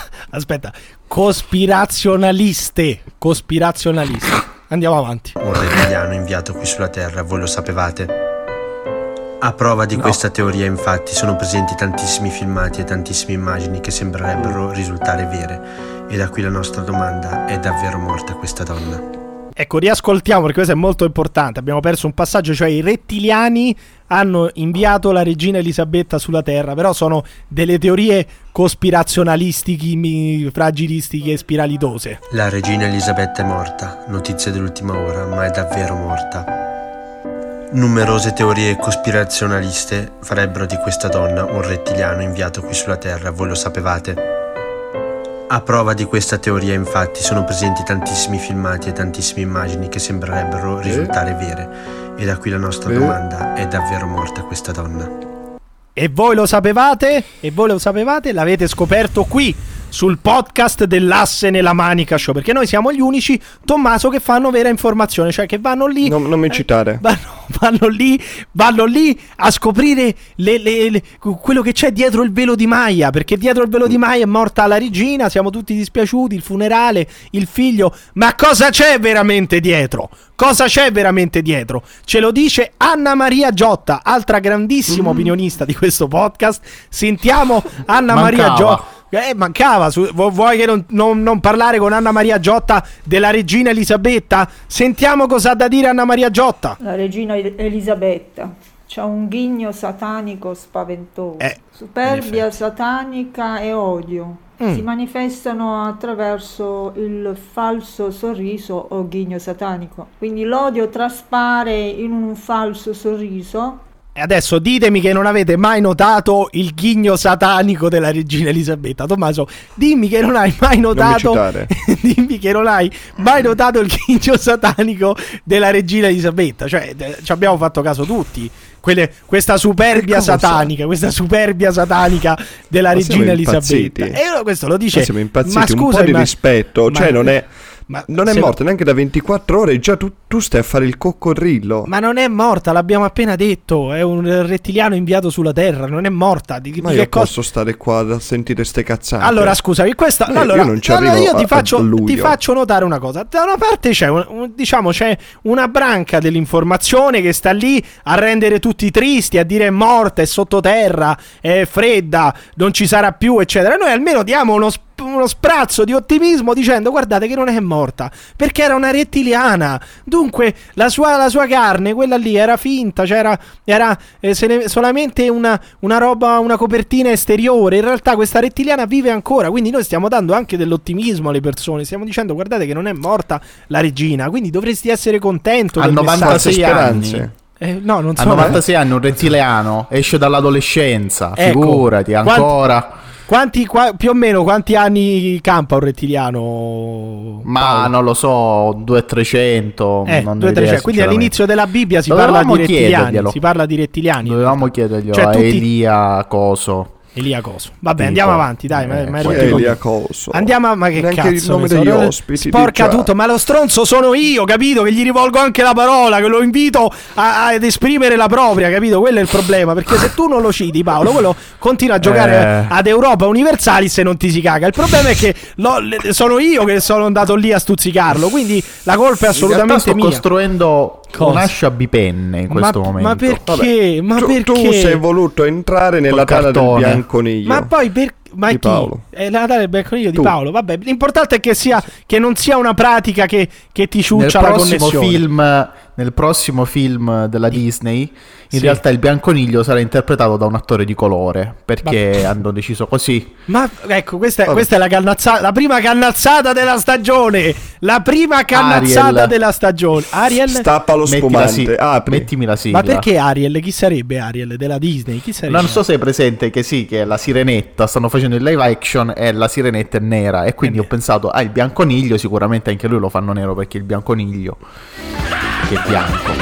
F: Cospirazionaliste. Andiamo avanti.
M: Un rettiliano inviato qui sulla Terra, voi lo sapevate? A prova di questa teoria, infatti, sono presenti tantissimi filmati e tantissime immagini che sembrerebbero risultare vere. E da qui la nostra domanda: è davvero morta questa donna?
F: Ecco, riascoltiamo perché questo è molto importante. Abbiamo perso un passaggio, cioè i rettiliani hanno inviato la regina Elisabetta sulla Terra, però sono delle teorie cospirazionalistiche, fragilistiche e spiralitose.
M: La regina Elisabetta è morta, notizie dell'ultima ora, ma è davvero morta. Numerose teorie cospirazionaliste farebbero di questa donna un rettiliano inviato qui sulla Terra, voi lo sapevate? A prova di questa teoria, infatti, sono presenti tantissimi filmati e tantissime immagini che sembrerebbero risultare vere. E da qui la nostra domanda: è davvero morta questa donna?
F: E voi lo sapevate? L'avete scoperto qui sul podcast dell'Asse nella Manica Show, perché noi siamo gli unici, Tommaso, che fanno vera informazione, cioè che vanno lì,
G: non mi citare,
F: vanno lì a scoprire quello che c'è dietro il velo di Maya, perché dietro il velo di Maya è morta la regina, siamo tutti dispiaciuti, il funerale, il figlio, ma cosa c'è veramente dietro? Ce lo dice Anna Maria Giotta, altra grandissima opinionista di questo podcast. Sentiamo Anna Maria Giotta. Mancava. Vuoi che non parlare con Anna Maria Giotta della regina Elisabetta? Sentiamo cosa ha da dire Anna Maria Giotta.
N: La regina Elisabetta c'ha un ghigno satanico spaventoso, superbia satanica e odio. si manifestano attraverso il falso sorriso o ghigno satanico. Quindi l'odio traspare in un falso sorriso.
F: E adesso ditemi che non avete mai notato il ghigno satanico della regina Elisabetta. Tommaso, dimmi che non hai mai notato dimmi che non hai mai notato il ghigno satanico della regina Elisabetta. Cioè, ci abbiamo fatto caso tutti. Questa superbia satanica della regina Elisabetta. E questo lo dice.
G: Ma siamo impazziti,
F: ma scusa,
G: un po' di rispetto, cioè non è morta neanche da 24 ore, già tu stai a fare il coccodrillo.
F: Ma non è morta, l'abbiamo appena detto, è un rettiliano inviato sulla Terra, non è morta.
G: Ma io posso stare qua a sentire ste cazzate?
F: Allora, scusami, io non ci arrivo. Io ti faccio notare una cosa. Da una parte c'è c'è una branca dell'informazione che sta lì a rendere tutti tristi, a dire è morta, è sottoterra, è fredda, non ci sarà più, eccetera. Noi almeno diamo uno sprazzo di ottimismo dicendo guardate che non è morta, perché era una rettiliana. Dunque la sua carne, quella lì, era finta, cioè era solamente una roba, una copertina esteriore. In realtà questa rettiliana vive ancora, quindi noi stiamo dando anche dell'ottimismo alle persone, stiamo dicendo guardate che non è morta la regina, quindi dovresti essere contento.
D: A 96 anni.
F: No, non so.
D: A 96 anni un rettiliano esce dall'adolescenza, figurati, ancora.
F: Più o meno quanti anni campa un rettiliano?
D: Ma
F: Paolo?
D: non lo so, 200-300.
F: Quindi all'inizio della Bibbia si parla di rettiliani.
D: Dovevamo chiederglielo a Elia Coso.
F: Elia Coso. Vabbè, andiamo avanti, dai.
G: Elia Coso.
F: Andiamo, ma che
G: neanche
F: cazzo?
G: Il nome degli ospiti.
F: Sporca tutto, ma lo stronzo sono io, capito? Che gli rivolgo anche la parola, che lo invito ad esprimere la propria, capito? Quello è il problema, perché se tu non lo citi, Paolo, quello continua a giocare ad Europa Universalis e non ti si caga. Il problema è che sono io che sono andato lì a stuzzicarlo, quindi la colpa è assolutamente mia.
D: Sto costruendo un asciabipenne in questo momento.
F: Ma perché?
G: Vabbè, tu sei voluto entrare nella tana del bianconiglio.
F: Ma poi ma chi? È la tana del bianconiglio di Paolo. Vabbè, l'importante è che non sia una pratica che ti ciuccia la connessione.
D: Nel prossimo film della Disney, in realtà il bianconiglio sarà interpretato da un attore di colore, perché hanno deciso così.
F: Ma ecco, questa è la prima cannazzata della stagione. Ariel,
G: stappa lo spumante.
D: Mettimi la sigla.
F: Ma perché Ariel? Chi sarebbe Ariel della Disney? Chi sarebbe?
D: Non so se è presente che che la sirenetta, stanno facendo il live action e la sirenetta è nera, e quindi ho pensato il bianconiglio sicuramente anche lui lo fanno nero, perché il bianconiglio che è bianco.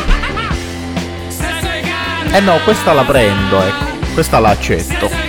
D: No, questa la prendo, questa la accetto.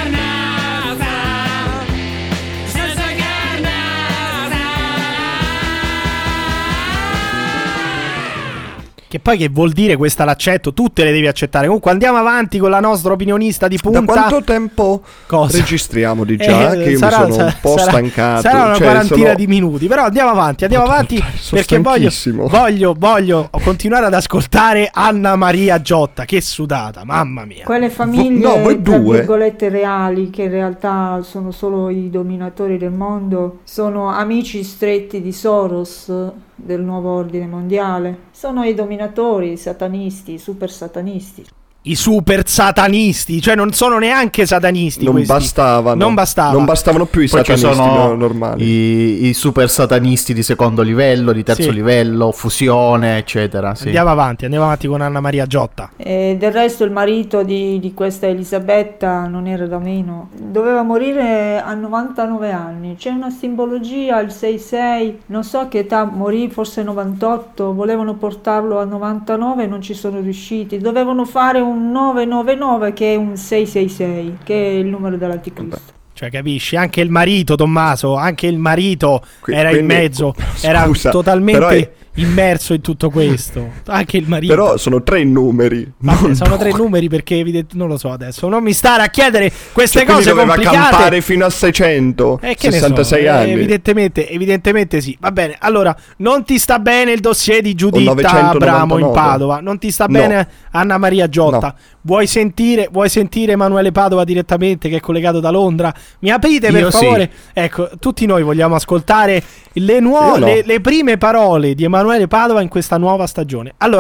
F: Che poi che vuol dire questa l'accetto? Tutte le devi accettare. Comunque andiamo avanti con la nostra opinionista di punta.
G: Da quanto tempo registriamo di già? Che io mi sono un po' stancato.
F: Sarà una quarantina di minuti. Però andiamo avanti perché voglio continuare ad ascoltare Anna Maria Giotta. Che sudata, mamma mia.
N: Quelle famiglie tra virgolette reali, che in realtà sono solo i dominatori del mondo, sono amici stretti di Soros, del nuovo ordine mondiale. Sono i dominatori, i satanisti, i super satanisti.
F: I super satanisti, cioè non sono neanche satanisti.
G: Non bastavano più i
D: poi
G: satanisti
D: sono
G: normali.
D: I super satanisti di secondo livello, di terzo livello, fusione, eccetera.
F: Andiamo avanti con Anna Maria Giotta.
N: E del resto il marito di questa Elisabetta non era da meno. Doveva morire a 99 anni. C'è una simbologia, il 6-6, non so che età morì, forse 98. Volevano portarlo a 99 e non ci sono riusciti. Dovevano fare un 999 che è un 666, che è il numero dell'anticristo.
F: Cioè, capisci? Anche il marito, Tommaso, era in mezzo, era totalmente immerso in tutto questo. Anche il marito.
G: Però sono 3 numeri.
F: Sono 3 numeri perché non lo so adesso. Non mi stare a chiedere queste cose
G: doveva
F: complicate.
G: Campare fino a 600, 66 anni.
F: Evidentemente sì. Va bene. Allora, non ti sta bene il dossier di Giuditta Abramo in Padova. Non ti sta bene Anna Maria Giotta. No. Vuoi sentire Emanuele Padova direttamente, che è collegato da Londra? Mi aprite per favore? Sì. Ecco, tutti noi vogliamo ascoltare le prime parole di Emanuele Padova in questa nuova stagione. Allora,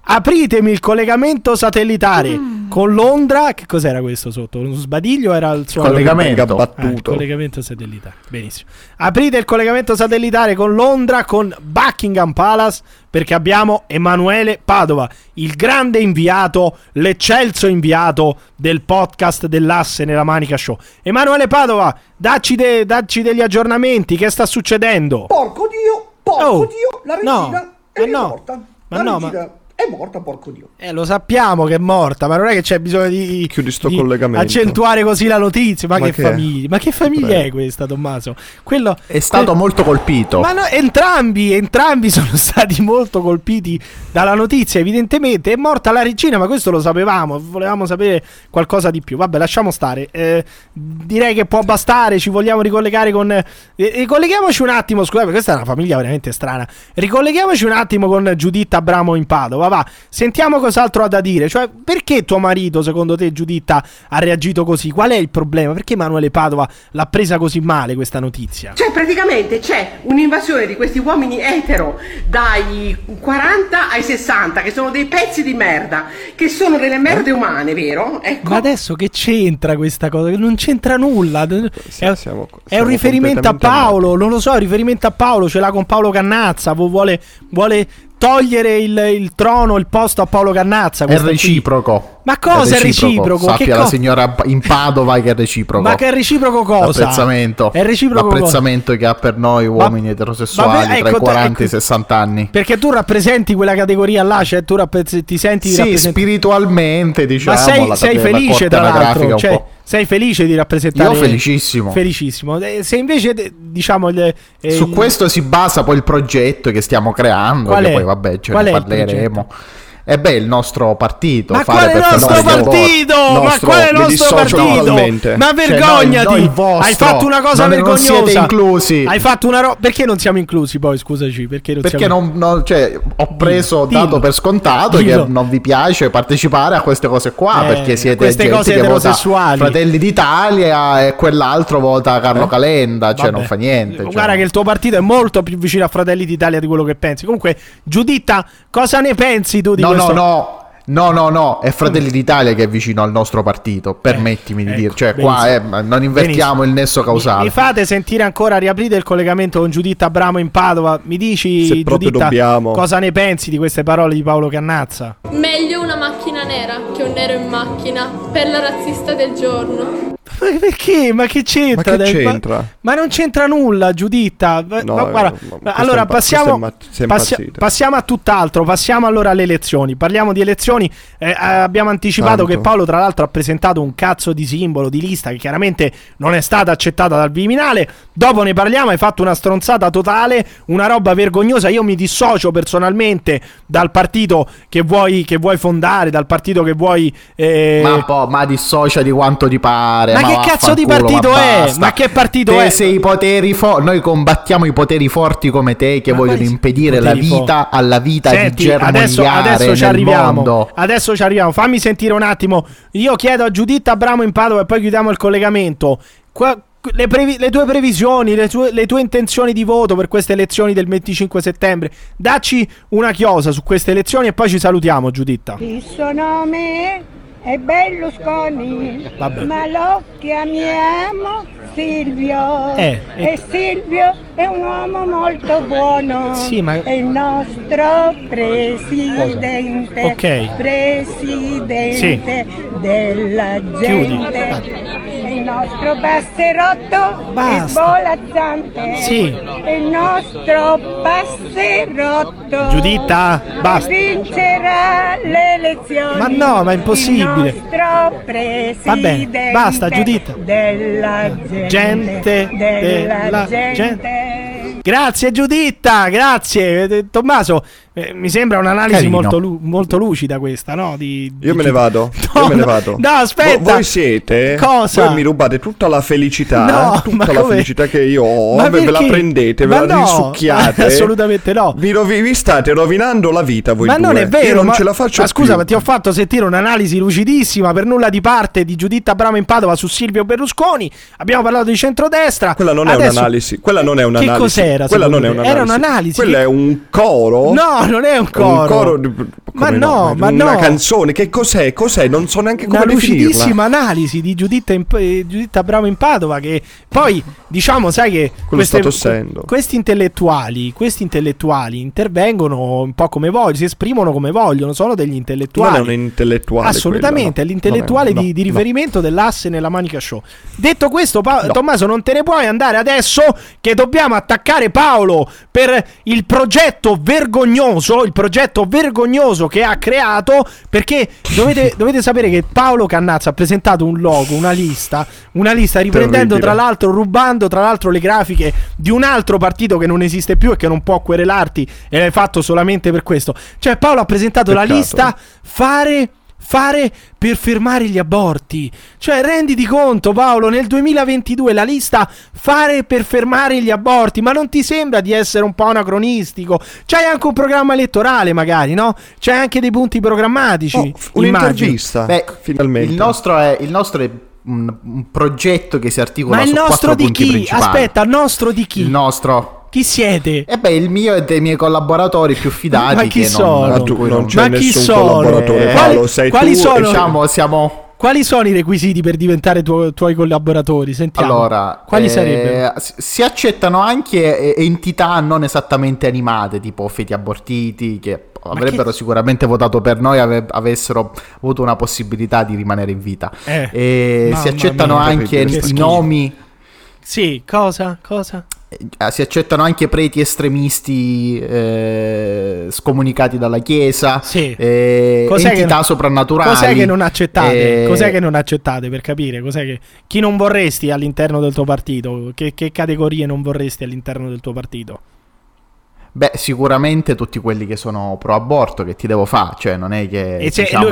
F: Apritemi il collegamento satellitare con Londra. Che cos'era questo sotto? Un sbadiglio era il suo
D: collegamento
F: battuto. Il collegamento satellitare. Benissimo. Aprite il collegamento satellitare con Londra, con Buckingham Palace, perché abbiamo Emanuele Padova, il grande inviato, l'eccelso inviato del podcast dell'Asse nella Manica Show. Emanuele Padova, dacci degli aggiornamenti. Che sta succedendo?
O: Porco Dio, la regina è morta. È morta, porco Dio.
F: Lo sappiamo che è morta, ma non è che c'è bisogno di accentuare così la notizia. Ma che famiglia è questa, Tommaso? Quello
D: è stato molto colpito.
F: Ma no, entrambi sono stati molto colpiti dalla notizia. Evidentemente è morta la regina, ma questo lo sapevamo. Volevamo sapere qualcosa di più. Vabbè, lasciamo stare. Direi che può bastare. Ci vogliamo ricollegare con ricolleghiamoci un attimo. Scusate, questa è una famiglia veramente strana. Ricolleghiamoci un attimo con Giuditta Abramo in Padova. Va, sentiamo cos'altro ha da dire. Cioè, perché tuo marito, secondo te, Giuditta, ha reagito così? Qual è il problema? Perché Emanuele Padova l'ha presa così male questa notizia?
O: Cioè, praticamente c'è un'invasione di questi uomini etero dai 40 ai 60, che sono dei pezzi di merda, che sono delle merde umane, vero? Ecco.
F: Ma adesso che c'entra questa cosa? Non c'entra nulla. È un riferimento a Paolo, non lo so, riferimento a Paolo, ce l'ha con Paolo Cannazza, vuole togliere il trono, il posto a Paolo Cannazza.
D: È reciproco.
F: Ma cosa è reciproco?
D: Sappia la signora in Padova che è reciproco.
F: Ma che è reciproco cosa?
D: L'apprezzamento.
F: È reciproco
D: l'apprezzamento che ha per noi uomini eterosessuali tra i 40 e i 60 anni.
F: Perché tu rappresenti quella categoria là, cioè tu ti senti di
D: rappresentare. Sì, spiritualmente, diciamo.
F: Ma sei felice, tra l'altro, cioè, sei felice di rappresentare?
D: Io felicissimo.
F: Se invece, diciamo,
D: su questo si basa poi il progetto che stiamo creando,
F: che
D: poi vabbè, ce ne parleremo. Il nostro partito.
F: Ma quale nostro partito? Ma quale nostro partito? Ma vergognati! Hai fatto una cosa vergognosa.
D: Non siete inclusi.
F: Hai fatto una roba. Perché non siamo inclusi poi? Scusaci. Perché
D: ho preso, dato per scontato che non vi piace partecipare a queste cose qua. Perché siete
F: queste cose eterosessuali.
D: Fratelli d'Italia e quell'altro vota Carlo Calenda. Cioè, non fa niente.
F: Guarda che il tuo partito è molto più vicino a Fratelli d'Italia di quello che pensi. Comunque, Giuditta, cosa ne pensi tu di questo?
D: No, è Fratelli d'Italia che è vicino al nostro partito, permettimi di dire, cioè benissimo. Qua non invertiamo il nesso causale.
F: Mi fate sentire ancora, riaprite il collegamento con Giuditta Abramo in Padova, mi dici Giuditta cosa ne pensi di queste parole di Paolo Cannazza?
P: Meglio una macchina nera che un nero in macchina, per la razzista del giorno.
F: Perché? Ma che c'entra? Ma non c'entra nulla, Giuditta. Allora passiamo a tutt'altro. Passiamo allora alle elezioni. Parliamo di elezioni. Abbiamo anticipato che Paolo, tra l'altro, ha presentato un cazzo di simbolo di lista che chiaramente non è stata accettata dal Viminale. Dopo ne parliamo. Hai fatto una stronzata totale, una roba vergognosa. Io mi dissocio personalmente dal partito che vuoi fondare, dal partito che vuoi.
D: Ma dissocia di quanto ti pare.
F: Ma che cazzo di partito è? Ma che partito è?
D: Sei i poteri forti. Noi combattiamo i poteri forti come te che vogliono impedire la vita alla vita di germogliare
F: adesso ci arriviamo. Adesso ci arriviamo. Fammi sentire un attimo. Io chiedo a Giuditta Abramo in Padova e poi chiudiamo il collegamento. Le tue previsioni, le tue intenzioni di voto per queste elezioni del 25 settembre. Dacci una chiosa su queste elezioni e poi ci salutiamo, Giuditta.
Q: Il suo nome è Berlusconi, ma lo chiamiamo Silvio. E Silvio è un uomo molto buono.
F: Sì, ma
Q: è il nostro presidente. Presidente della gente. È il nostro passerotto svolazzante.
F: Sì.
Q: È il nostro passerotto.
F: Giuditta, basta.
Q: Vincerà le elezioni.
F: Ma no, ma è impossibile.
Q: Va
F: bene, basta, Giuditta.
Q: Della gente.
F: Grazie Giuditta, grazie. Tommaso, mi sembra un'analisi molto lucida questa, no?
G: Io me ne vado.
F: No, aspetta.
G: Voi siete?
F: Cosa?
G: Voi mi rubate tutta la felicità, felicità che io ho, ve la prendete, ve la risucchiate.
F: Assolutamente no.
G: Vi state rovinando la vita voi
F: ma
G: due.
F: Non è vero,
G: io non ce la faccio
F: ma scusa,
G: più.
F: ma ti ho fatto sentire un'analisi lucidissima per nulla di parte di Giuditta Abramo in Padova su Silvio Berlusconi. Abbiamo parlato di centrodestra.
G: Quella non è un'analisi.
F: Che cos'era?
G: Quella non è un'analisi.
F: Era un'analisi.
G: Quella è un coro.
F: No, No, non è un coro. Ma no.
G: Una canzone, che cos'è? Non so neanche come definirla.
F: Una lucidissima analisi di Giuditta Bravo in Padova, che poi, diciamo, sai che questi intellettuali intervengono un po' come vogliono, si esprimono come vogliono, sono degli intellettuali.
G: Non è un intellettuale.
F: Assolutamente, è l'intellettuale di riferimento dell'asse nella Manica Show. Detto questo, Tommaso, non te ne puoi andare adesso, che dobbiamo attaccare Paolo per il progetto vergognoso che ha creato, perché dovete sapere che Paolo Cannazza ha presentato un logo, una lista riprendendo rubando tra l'altro le grafiche di un altro partito che non esiste più e che non può querelarti, e l'hai fatto solamente per questo. Cioè Paolo ha presentato la lista fare per fermare gli aborti. Cioè, renditi conto, Paolo, nel 2022 la lista fare per fermare gli aborti, ma non ti sembra di essere un po' anacronistico? C'hai anche un programma elettorale, magari, no? C'hai anche dei punti programmatici.
G: Un'intervista.
D: Finalmente. Il nostro è un progetto che si articola su 4 punti principali.
F: Aspetta, il nostro di chi?
D: Il nostro.
F: Chi siete?
D: Il mio e dei miei collaboratori più fidati.
F: Ma chi sono?
G: Non c'è nessun collaboratore, Paolo, sei
F: quali
G: tu.
F: Sono? Quali sono i requisiti per diventare tuoi collaboratori? Sentiamo.
D: Allora,
F: quali sarebbero?
D: Si accettano anche entità non esattamente animate, tipo feti abortiti, che avrebbero sicuramente votato per noi, avessero avuto una possibilità di rimanere in vita. Si accettano anche i nomi.
F: Sì, cosa?
D: Si accettano anche preti estremisti scomunicati dalla Chiesa, entità soprannaturali.
F: Cos'è che non accettate? Cos'è che non accettate, per capire? Chi non vorresti all'interno del tuo partito? Che categorie non vorresti all'interno del tuo partito?
D: Sicuramente tutti quelli che sono pro aborto, che ti devo fare, cioè non è che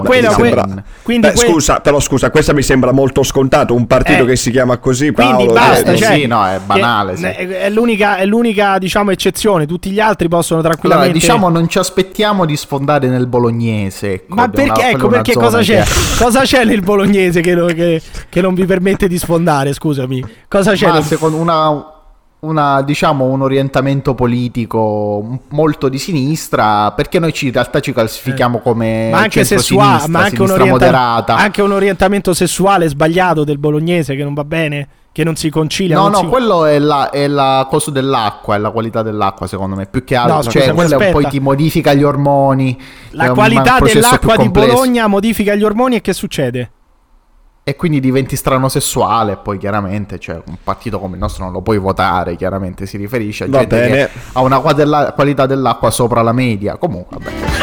G: scusa, questa mi sembra molto scontato, un partito che si chiama così, Paolo.
F: Quindi basta,
D: è banale.
F: È l'unica diciamo eccezione, tutti gli altri possono tranquillamente.
D: Allora, non ci aspettiamo di sfondare nel bolognese.
F: Ma perché? Perché cosa c'è? Cosa c'è nel bolognese che non vi permette di sfondare? Scusami, cosa c'è?
D: Secondo un orientamento politico molto di sinistra, perché noi in realtà ci classifichiamo come centro-sinistra, ma anche moderata.
F: Anche un orientamento sessuale sbagliato del bolognese che non va bene, che non si concilia.
D: Quello è la cosa dell'acqua, è la qualità dell'acqua, secondo me, più che altro. Quello è un po' ti modifica gli ormoni.
F: La qualità dell'acqua di Bologna modifica gli ormoni, e che succede?
D: E quindi diventi stranosessuale. Poi chiaramente, un partito come il nostro non lo puoi votare, chiaramente si riferisce a gente che ha una qualità dell'acqua sopra la media. Comunque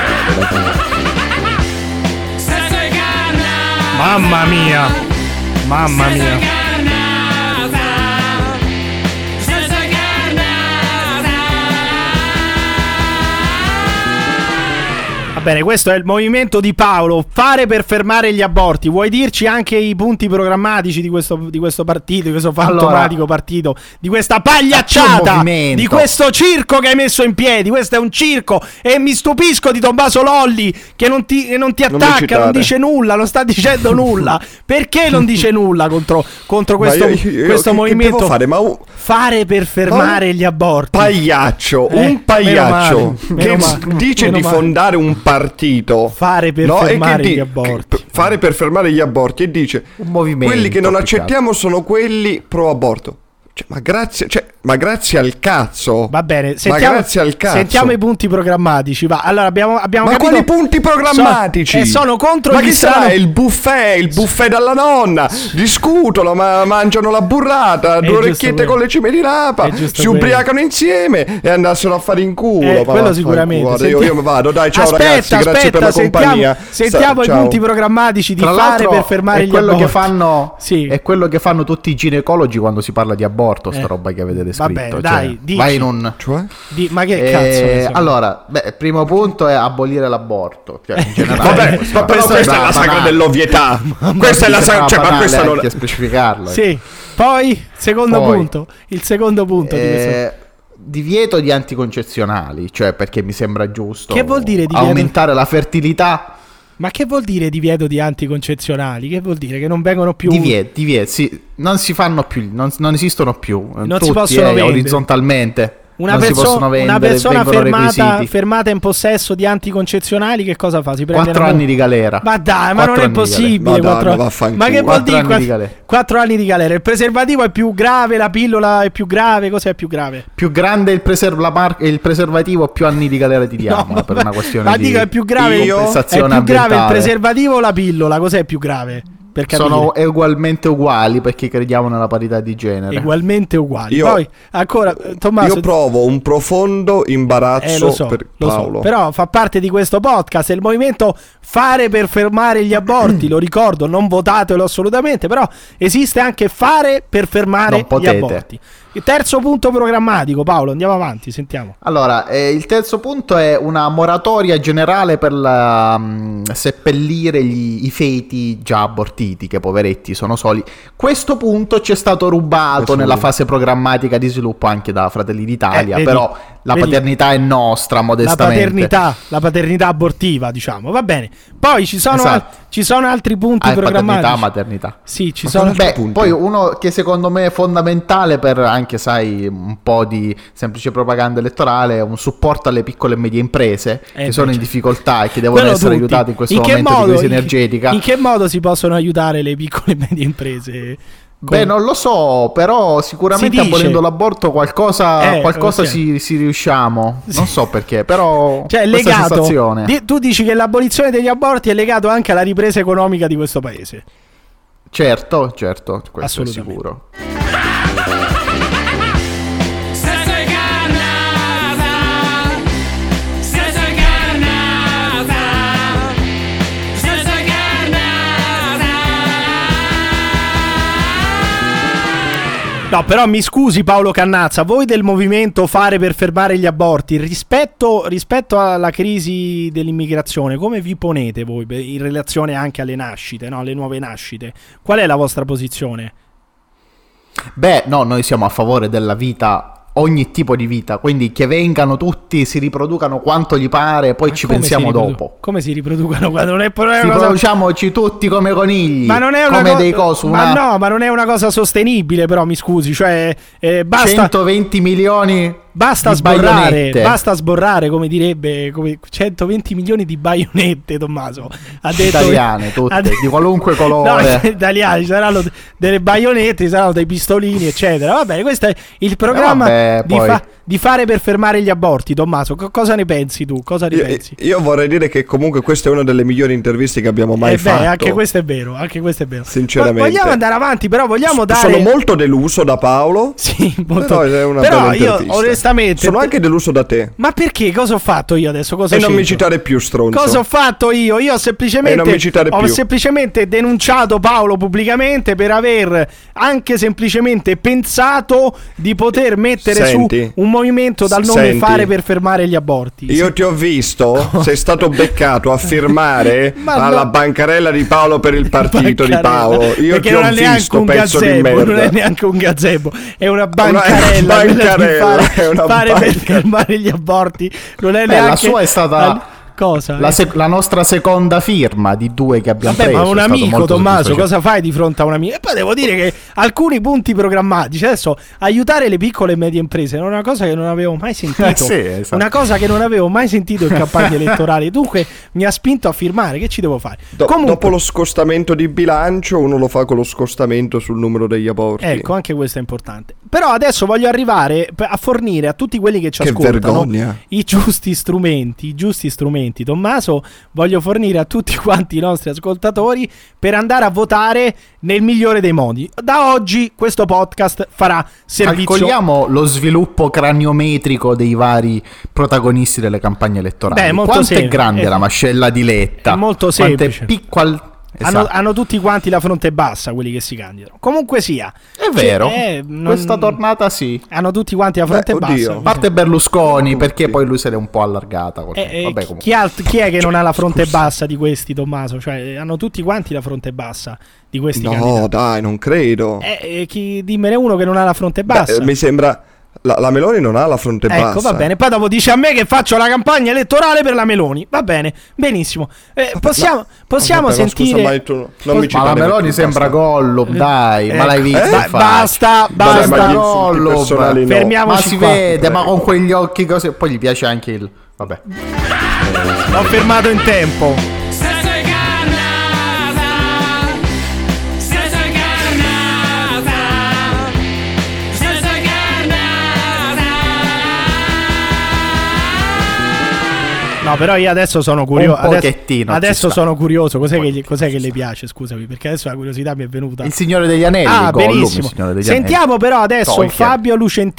F: Mamma mia. Va bene, questo è il movimento di Paolo, fare per fermare gli aborti. Vuoi dirci anche i punti programmatici di questo partito, di questo fantomatico partito, di questa pagliacciata, di questo circo che hai messo in piedi? Questo è un circo, e mi stupisco di Tommaso Lolli che non ti attacca, non dice nulla, non sta dicendo nulla. Perché non dice nulla contro questo movimento? Fare per fermare gli aborti.
G: Un pagliaccio che dice di fondare un partito,
F: fare per fermare gli aborti,
G: fare per fermare gli aborti, e dice quelli che non accettiamo sono quelli pro aborto. Ma grazie al cazzo.
F: Va bene, sentiamo i punti programmatici. Va. Allora abbiamo
G: ma
F: capito.
G: Quali punti programmatici?
F: Sono contro
G: ma chi sarà il buffet dalla nonna? Discutono, ma mangiano la burrata, 2 orecchiette con le cime di rapa, si ubriacano insieme e andassero a fare in culo.
F: Quello sicuramente.
G: Io mi vado, dai, ciao ragazzi, grazie per la compagnia.
F: Sentiamo i punti programmatici di fare per fermare gli aborti.
D: È quello che fanno tutti i ginecologi quando si parla di aborto. Sta roba che avete descritto.
F: Vabbè, dai,
D: vai in un...
F: ma che cazzo?
D: Allora, il primo punto è abolire l'aborto. In generale,
G: ma questa è la saga dell'ovvietà. Questa è la saga, ma questa non
D: è specificarlo.
F: Sì. Poi, secondo punto. Il secondo punto di questo.
D: Divieto di anticoncezionali, perché mi sembra giusto.
F: Che vuol dire divieto?
D: Aumentare la fertilità.
F: Ma che vuol dire divieto di anticoncezionali? Che vuol dire che non vengono più...
D: Divieti, sì, non si fanno più, non esistono più.
F: Non si possono vendere
D: orizzontalmente.
F: una persona fermata in possesso di anticoncezionali, che cosa fa? Si prende
D: 4 anni di galera.
F: Ma dai, ma non è possibile. Ma che vuol dire 4 anni di galera? Il preservativo è più grave, la pillola è più grave, cos'è più grave?
D: Più grande il preservativo, più anni di galera ti diamo, per una questione di
F: è più grave,
D: compensazione
F: è più grave il preservativo o la pillola? Cos'è più grave?
D: Sono ugualmente uguali, perché crediamo nella parità di genere.
F: Ugualmente uguali. Poi ancora, Tommaso,
G: io provo un profondo imbarazzo per Paolo.
F: Però fa parte di questo podcast, è il movimento Fare per fermare gli aborti. Lo ricordo, non votatelo assolutamente, però esiste anche Fare per fermare gli aborti. Il terzo punto programmatico, Paolo, andiamo avanti, sentiamo.
D: Allora, il terzo punto è una moratoria generale per seppellire i feti già abortiti, che poveretti sono soli. Questo punto ci è stato rubato nella fase programmatica di sviluppo anche da Fratelli d'Italia, però la paternità è nostra, modestamente.
F: La paternità abortiva, diciamo, va bene. Poi ci sono altri punti programmatici.
D: Maternità.
F: Sì, ci sono altri punti.
D: Poi uno che secondo me è fondamentale per anche, sai, un po' di semplice propaganda elettorale, è un supporto alle piccole e medie imprese che sono in difficoltà e che devono essere aiutate in questo momento di crisi energetica.
F: In che modo si possono aiutare le piccole e medie imprese?
D: Beh, non lo so, però sicuramente abolendo l'aborto qualcosa si riusciamo. Non so perché, però
F: è legato. Tu dici che l'abolizione degli aborti è legato anche alla ripresa economica di questo paese.
D: Certo, questo è sicuro.
F: No, però mi scusi Paolo Cannazza, voi del movimento Fare per fermare gli aborti, rispetto alla crisi dell'immigrazione, come vi ponete voi in relazione anche alle nascite, no? Alle nuove nascite? Qual è la vostra posizione?
D: Beh, no, noi siamo a favore della vita, ogni tipo di vita, quindi che vengano tutti, si riproducano quanto gli pare, poi ci pensiamo dopo.
F: Come si riproducano quando non è
D: riproduciamoci tutti come conigli,
F: ma non è una ma non è una cosa sostenibile, però mi scusi, cioè basta
D: 120 milioni.
F: Basta sborrare, come direbbe, 120 milioni di baionette, Tommaso. Ha detto,
D: italiane, tutte, di qualunque colore.
F: No, italiane, ci saranno delle baionette, ci saranno dei pistolini, eccetera. Va bene, questo è il programma di Fare per fermare gli aborti, Tommaso. Cosa ne pensi tu? Pensi?
G: Io vorrei dire che comunque questa è una delle migliori interviste che abbiamo mai fatto.
F: Anche questo è vero,
G: Sinceramente.
F: Vogliamo andare avanti, però vogliamo dare...
G: Sono molto deluso da Paolo.
F: Sì, molto.
G: Però è una bella intervista. Sono anche deluso da te.
F: Ma perché? Cosa ho fatto io adesso?
G: Non mi citare più, stronzo.
F: Cosa ho fatto io? Io ho semplicemente denunciato Paolo pubblicamente per aver anche semplicemente pensato di poter mettere su un movimento dal nome Fare per fermare gli aborti.
G: Io ti ho visto, sei stato beccato a firmare alla bancarella di Paolo per il partito di Paolo. Io
F: perché
G: ti ho visto, pezzo di merda.
F: Non è neanche un gazebo, è una bancarella. È una Fare per fermare gli aborti. Non è neanche
D: la sua è stata
F: cosa?
D: La nostra seconda firma di 2 che abbiamo preso.
F: Ma un amico, Tommaso, cosa fai di fronte a un amico? E poi devo dire che alcuni punti programmatici, adesso aiutare le piccole e medie imprese è una cosa che non avevo mai sentito.
D: Esatto.
F: Una cosa che non avevo mai sentito in campagna elettorale. Dunque mi ha spinto a firmare. Che ci devo fare?
G: Comunque, dopo lo scostamento di bilancio, uno lo fa con lo scostamento sul numero degli aborti.
F: Ecco, anche questo è importante. Però adesso voglio arrivare a fornire a tutti quelli che ci ascoltano i giusti strumenti, Tommaso. Voglio fornire a tutti quanti i nostri ascoltatori per andare a votare nel migliore dei modi. Da oggi questo podcast farà servizio.
D: Calcoliamo lo sviluppo craniometrico dei vari protagonisti delle campagne elettorali. Quanto è grande la mascella di Letta?
F: È molto semplice.
D: Quanto è piccola.
F: Esatto. Hanno tutti quanti la fronte bassa quelli che si candidano. Comunque sia,
D: è vero, questa tornata sì,
F: hanno tutti quanti la fronte bassa.
D: A parte Berlusconi, perché poi lui se l'è un po' allargata.
F: Vabbè, chi è che non ha la fronte bassa di questi, Tommaso? Cioè, hanno tutti quanti la fronte bassa di questi candidati.
G: No, dai, non credo.
F: Dimmene uno che non ha la fronte bassa.
G: Mi sembra... La Meloni non ha la fronte bassa.
F: Ecco, va bene. Poi dopo dice a me che faccio la campagna elettorale per la Meloni. Va bene, benissimo. Possiamo sentire.
D: Ma la Meloni sembra Gollum, dai. Ma l'hai visto?
F: Basta.
D: Gollum.
F: Fermiamoci.
D: Ma si vede, ma con quegli occhi così. Poi gli piace anche il. Vabbè.
F: L'ho fermato in tempo. No, però io adesso sono curioso. Adesso sono curioso. Cos'è che le piace? Scusami, perché adesso la curiosità mi è venuta.
D: Il Signore degli Anelli.
F: Benissimo. Sentiamo però adesso
D: Tolkien.
F: Fabio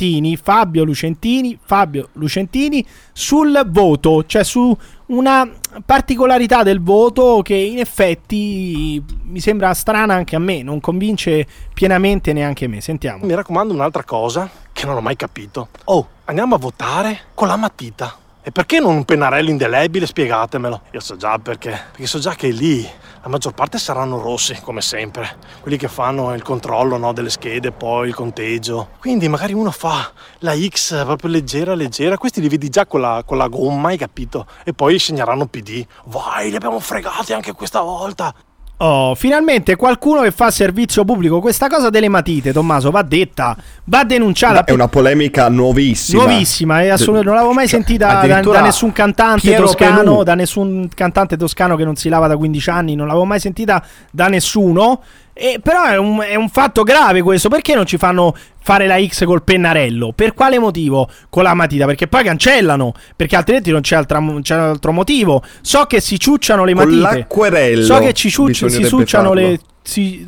F: Lucentini sul voto, cioè su una particolarità del voto che in effetti mi sembra strana anche a me, non convince pienamente neanche me. Sentiamo.
R: Mi raccomando un'altra cosa che non ho mai capito. Andiamo a votare con la matita. E perché non un pennarello indelebile? Spiegatemelo. Io so già perché so già che lì la maggior parte saranno rossi, come sempre. Quelli che fanno il controllo, no, delle schede, poi il conteggio. Quindi magari uno fa la X proprio leggera. Questi li vedi già con la gomma, hai capito? E poi segneranno PD. Vai, li abbiamo fregati anche questa volta.
F: Finalmente qualcuno che fa servizio pubblico. Questa cosa delle matite, Tommaso, va detta, va denunciata.
G: È una polemica nuovissima.
F: Non l'avevo mai sentita da nessun cantante toscano, da nessun cantante toscano che non si lava da 15 anni, non l'avevo mai sentita da nessuno. Però è un fatto grave questo. Perché non ci fanno fare la X col pennarello? Per quale motivo con la matita? Perché poi cancellano, perché altrimenti non c'è altro motivo. So che si ciucciano le matite.
G: Con l'acquerello.
F: So che si ciucciano le
G: Sì?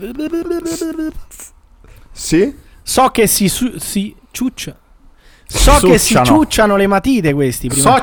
F: So che si ciuccia. Che si ciucciano le matite questi prima.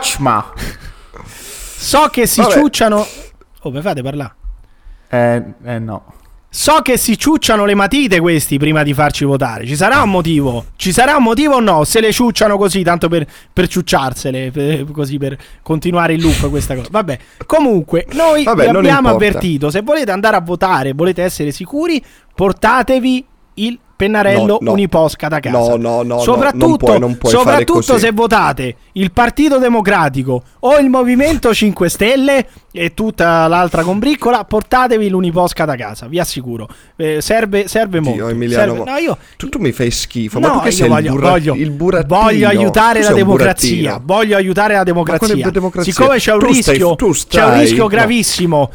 F: So che si ciucciano. Mi fate parlare?
D: No.
F: So che si ciucciano le matite questi prima di farci votare. Ci sarà un motivo? O no? Se le ciucciano così, tanto per ciucciarsele, così per continuare il loop questa cosa. Vabbè, comunque noi vi abbiamo avvertito. Se volete andare a votare, volete essere sicuri, portatevi il pennarello Uniposca da casa.
G: No,
F: soprattutto
G: non puoi fare così.
F: Se votate il Partito Democratico o il Movimento 5 Stelle e tutta l'altra combriccola, portatevi l'Uniposca da casa, vi assicuro. Serve molto.
G: Emiliano, tu mi fai schifo. Ma tu che sei il burattino?
F: Voglio aiutare la democrazia. Siccome c'è un rischio gravissimo.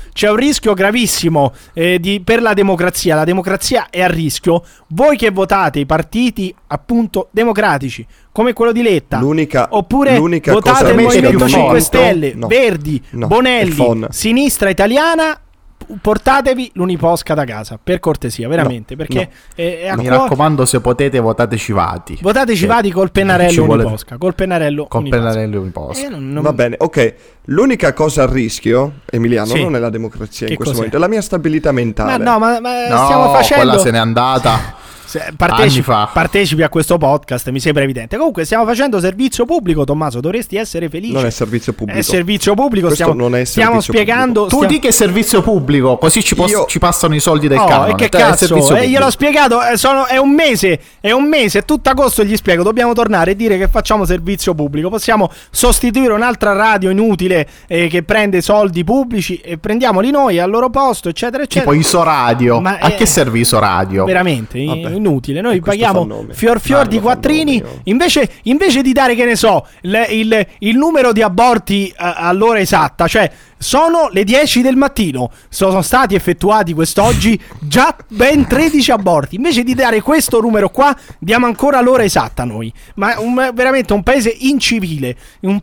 F: Per la democrazia. La democrazia è a rischio. Voi che votate i partiti appunto democratici come quello di Letta, oppure votate il Movimento 5 Stelle, Verdi, Bonelli, Sinistra Italiana, portatevi l'Uniposca da casa, per cortesia, veramente, perché
D: mi raccomando, se potete votate Civati.
F: Votate Civati col pennarello Uniposca, col pennarello
D: Uniposca.
G: Va bene, ok. L'unica cosa a rischio, Emiliano, non è la democrazia in questo momento, è la mia stabilità mentale.
F: Ma stiamo facendo.
D: Quella se n'è andata.
F: Partecipi a questo podcast, mi sembra evidente. Comunque stiamo facendo servizio pubblico, Tommaso, dovresti essere felice.
G: Non è servizio pubblico.
F: È servizio pubblico, stiamo spiegando.
D: Tu di che servizio pubblico, così ci passano i soldi del canone.
F: E che cazzo? Gliel'ho spiegato, è un mese, tutto agosto gli spiego, dobbiamo tornare e dire che facciamo servizio pubblico. Possiamo sostituire un'altra radio inutile che prende soldi pubblici e prendiamoli noi al loro posto, eccetera, eccetera.
D: Tipo Isoradio. A che serve Isoradio?
F: Veramente, inutile. Noi paghiamo fior di quattrini invece di dare, che ne so, il numero di aborti all'ora esatta, cioè sono le 10 del mattino, sono stati effettuati quest'oggi già ben 13 aborti. Invece di dare questo numero qua, diamo ancora l'ora esatta noi. Ma veramente un paese incivile.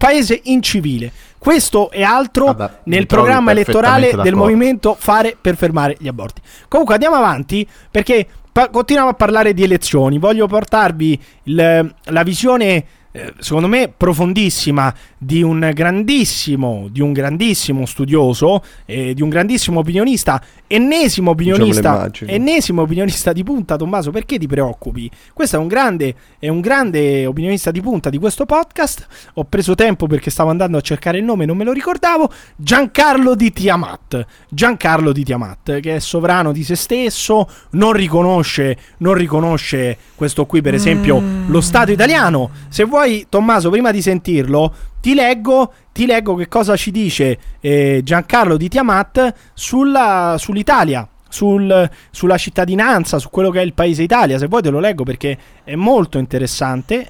F: Questo è altro nel programma elettorale del movimento Fare per fermare gli aborti. Comunque andiamo avanti, perché continuiamo a parlare di elezioni. Voglio portarvi la visione secondo me profondissima, di un grandissimo studioso, di un grandissimo opinionista, ennesimo opinionista di punta. Tommaso, perché ti preoccupi? Questo è un grande opinionista di punta di questo podcast. Ho preso tempo perché stavo andando a cercare il nome, non me lo ricordavo. Giancarlo Di Tiamat, che è sovrano di se stesso, non riconosce questo qui, per esempio, lo Stato italiano. Se vuoi, Tommaso, prima di sentirlo, ti leggo che cosa ci dice Giancarlo Di Tiamat sull'Italia, sulla cittadinanza, su quello che è il paese Italia. Se vuoi te lo leggo perché è molto interessante,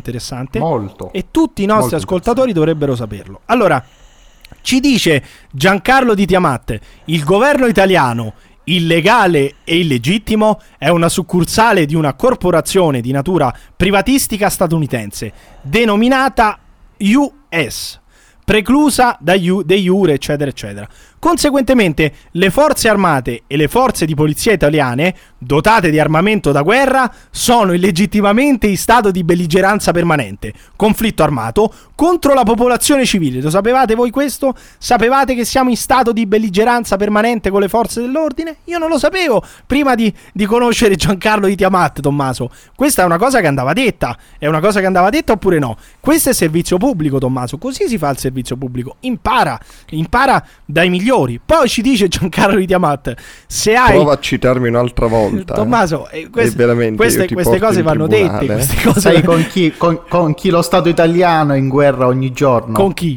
F: e tutti i nostri ascoltatori dovrebbero saperlo. Allora, ci dice Giancarlo Di Tiamat: il governo italiano, illegale e illegittimo, è una succursale di una corporazione di natura privatistica statunitense denominata US, preclusa de iure, eccetera eccetera. Conseguentemente, le forze armate e le forze di polizia italiane, dotate di armamento da guerra, sono illegittimamente in stato di belligeranza permanente, conflitto armato contro la popolazione civile. Lo sapevate voi questo? Sapevate che siamo in stato di belligeranza permanente con le forze dell'ordine? Io non lo sapevo prima di conoscere Giancarlo Di Tiamat, Tommaso. Questa è una cosa che andava detta. È una cosa che andava detta oppure no? Questo è servizio pubblico, Tommaso. Così si fa il servizio pubblico. Impara dai migliori. Poi ci dice Giancarlo Di Tiamat: se hai...
G: Prova a citarmi un'altra volta,
F: Tommaso, queste cose vanno dette. Queste cose
E: sai con chi lo Stato italiano è in guerra ogni giorno?
F: Con chi?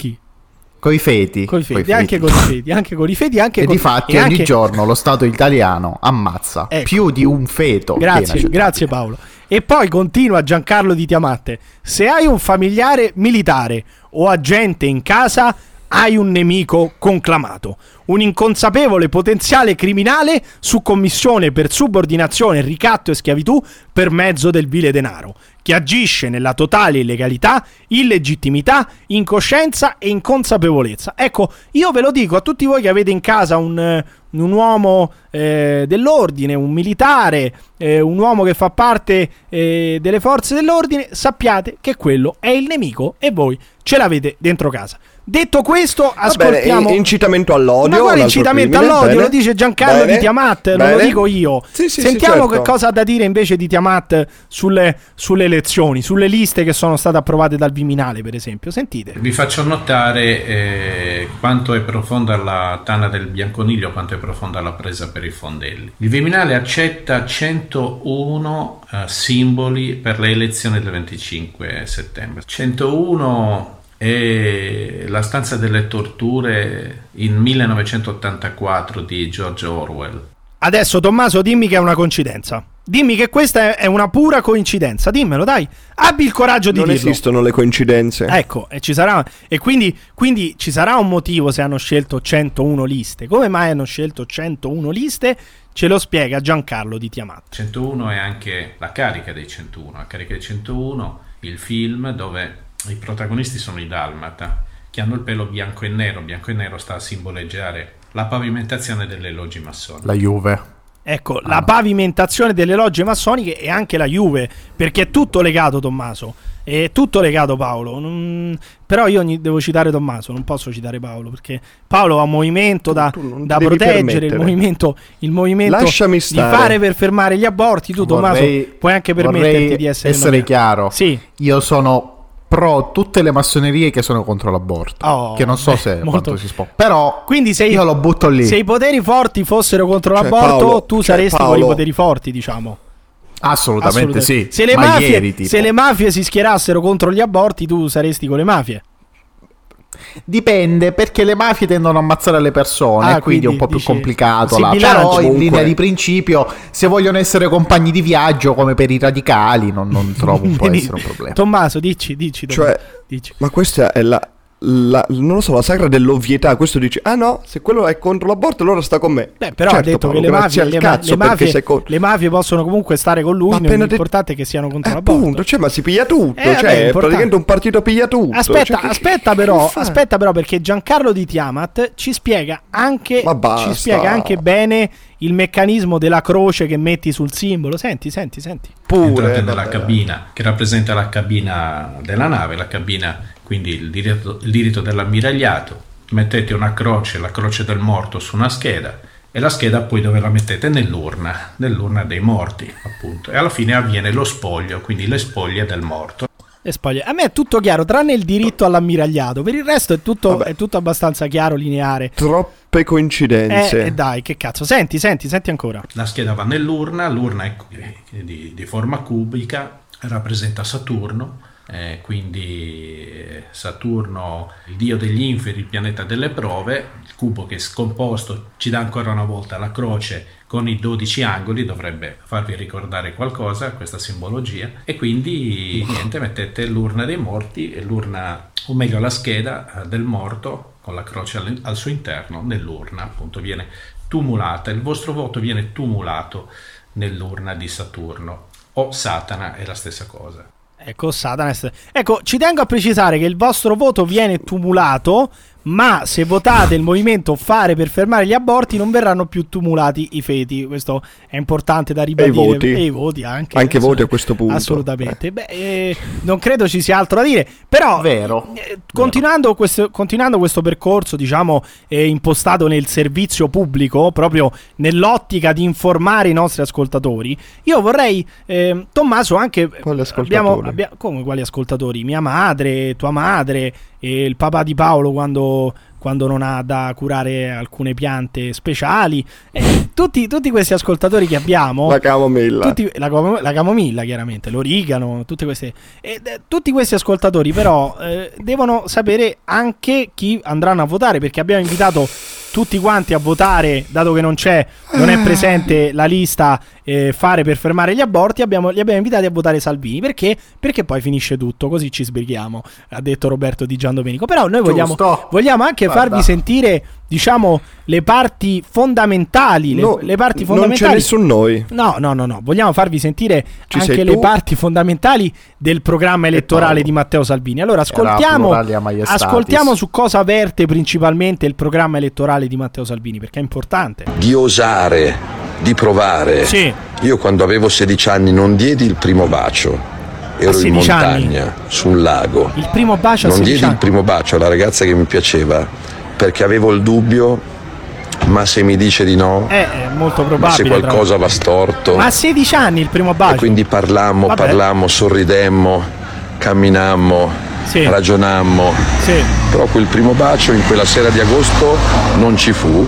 E: Coi feti.
F: Anche con i feti.
E: E difatti ogni giorno lo Stato italiano ammazza più di un feto.
F: Grazie Paolo. E poi continua Giancarlo Di Tiamat: se hai un familiare militare o agente in casa, hai un nemico conclamato, un inconsapevole potenziale criminale su commissione per subordinazione, ricatto e schiavitù per mezzo del vile denaro, che agisce nella totale illegalità, illegittimità, incoscienza e inconsapevolezza. Ecco, io ve lo dico a tutti voi che avete in casa un uomo dell'ordine, un militare, un uomo che fa parte delle forze dell'ordine, sappiate che quello è il nemico e voi ce l'avete dentro casa. Detto questo, ascoltiamo.
G: Incitamento all'odio.
F: Ma quale incitamento all'odio? Bene. Lo dice Giancarlo Di Tiamat, non lo dico io. Sentiamo certo. Che cosa ha da dire invece Di Tiamat sulle elezioni, sulle liste che sono state approvate dal Viminale, per esempio. Sentite.
S: Vi faccio notare quanto è profonda la tana del bianconiglio, quanto è profonda la presa per i fondelli. Il Viminale accetta 101 simboli per le elezioni del 25 settembre. 101 è la stanza delle torture in 1984 di George Orwell.
F: Adesso Tommaso, dimmi che è una coincidenza. Dimmi che questa è una pura coincidenza. Dimmelo, dai. Abbi il coraggio di dirlo.
G: Non esistono le coincidenze.
F: Ecco, e ci sarà. E quindi ci sarà un motivo se hanno scelto 101 liste. Come mai hanno scelto 101 liste? Ce lo spiega Giancarlo Di Tiamat.
S: 101 è anche la carica dei 101. La carica dei 101, il film dove i protagonisti sono i dalmata, che hanno il pelo bianco e nero. Bianco e nero sta a simboleggiare la pavimentazione delle logge massoniche.
E: La Juve.
F: Ecco, la pavimentazione delle logge massoniche e anche la Juve, perché è tutto legato, Tommaso. È tutto legato, Paolo. Però io devo citare Tommaso, non posso citare Paolo, perché Paolo ha un movimento da proteggere, il movimento
G: Lasciami
F: di
G: stare.
F: Fare per fermare gli aborti. Tu, Tommaso, puoi anche permetterti di essere
E: chiaro.
F: Sì.
E: Io sono pro tutte le massonerie che sono contro l'aborto, che non so se quanto si può, però
F: quindi
E: io lo butto lì.
F: Se i poteri forti fossero contro l'aborto, Paolo, tu saresti con i poteri forti, diciamo.
E: Assolutamente sì.
F: Se le mafie si schierassero contro gli aborti, tu saresti con le mafie.
E: Dipende, perché le mafie tendono a ammazzare le persone, quindi è un po' più complicato là. Però in linea di principio, se vogliono essere compagni di viaggio come per i radicali, non trovo può essere un problema.
F: Tommaso, dici.
G: Ma questa è non lo so, la sagra dell'ovvietà. Questo dice: ah no, se quello è contro l'aborto allora sta con me.
F: Beh, però
G: certo,
F: ha detto
G: Paolo,
F: che le mafie possono comunque stare con lui. L'importante è che siano contro l'aborto.
G: Appunto, ma si piglia tutto. Praticamente un partito piglia tutto.
F: Aspetta però, perché Giancarlo Di Tiamat ci spiega anche bene il meccanismo della croce che metti sul simbolo. Senti.
S: Entrate nella cabina che rappresenta la cabina della nave, la cabina, quindi il diritto dell'ammiragliato. Mettete una croce, la croce del morto, su una scheda, e la scheda poi dove la mettete? Nell'urna dei morti, appunto, e alla fine avviene lo spoglio, quindi le spoglie del morto.
F: A me è tutto chiaro, tranne il diritto all'ammiragliato. Per il resto è tutto abbastanza chiaro, lineare.
G: Troppe coincidenze.
F: Dai, che cazzo. Senti ancora.
S: La scheda va nell'urna, l'urna è di forma cubica, rappresenta Saturno. Quindi Saturno, il dio degli inferi, il pianeta delle prove, il cubo che è scomposto ci dà ancora una volta la croce con i 12 angoli, dovrebbe farvi ricordare qualcosa questa simbologia, e quindi niente, mettete l'urna dei morti e la scheda del morto con la croce al suo interno nell'urna, appunto viene tumulata, il vostro voto viene tumulato nell'urna di Saturno, o Satana è la stessa cosa.
F: Ecco, Satana. Ecco, ci tengo a precisare che il vostro voto viene tumulato, ma se votate il movimento Fare per fermare gli aborti non verranno più tumulati i feti. Questo è importante da ribadire.
G: E i voti anche voti a questo punto.
F: Assolutamente. Non credo ci sia altro da dire, però
E: vero.
F: Continuando questo percorso, diciamo, impostato nel servizio pubblico, proprio nell'ottica di informare i nostri ascoltatori, io vorrei, Tommaso, anche
G: quali ascoltatori?
F: Come quali ascoltatori? Mia madre, tua madre, e il papà di Paolo quando non ha da curare alcune piante speciali, tutti questi ascoltatori che abbiamo,
G: la camomilla,
F: la camomilla chiaramente, l'origano, tutti questi ascoltatori però devono sapere anche chi andranno a votare, perché abbiamo invitato tutti quanti a votare, dato che non è presente la lista Fare per fermare gli aborti, li abbiamo invitati a votare Salvini, perché poi finisce tutto, così ci sbrighiamo, ha detto Roberto Di Giandomenico. Però noi vogliamo anche farvi sentire, diciamo, le parti fondamentali, le parti fondamentali.
G: Non c'è nessun noi.
F: No, vogliamo farvi sentire anche le parti fondamentali del programma elettorale di Matteo Salvini. Allora ascoltiamo su cosa verte principalmente il programma elettorale di Matteo Salvini, perché è importante.
T: Di osare, di provare.
F: Sì.
T: Io quando avevo 16 anni non diedi il primo bacio, ero in montagna, su un lago.
F: Il primo bacio a 16
T: non diedi
F: anni.
T: il primo bacio alla ragazza che mi piaceva, perché avevo il dubbio, ma se mi dice di no,
F: è molto probabile,
T: ma se qualcosa va storto.
F: Ma a 16 anni il primo bacio.
T: E quindi parlammo, sorridemmo, camminammo, ragionammo.
F: Sì.
T: Però quel primo bacio in quella sera di agosto non ci fu,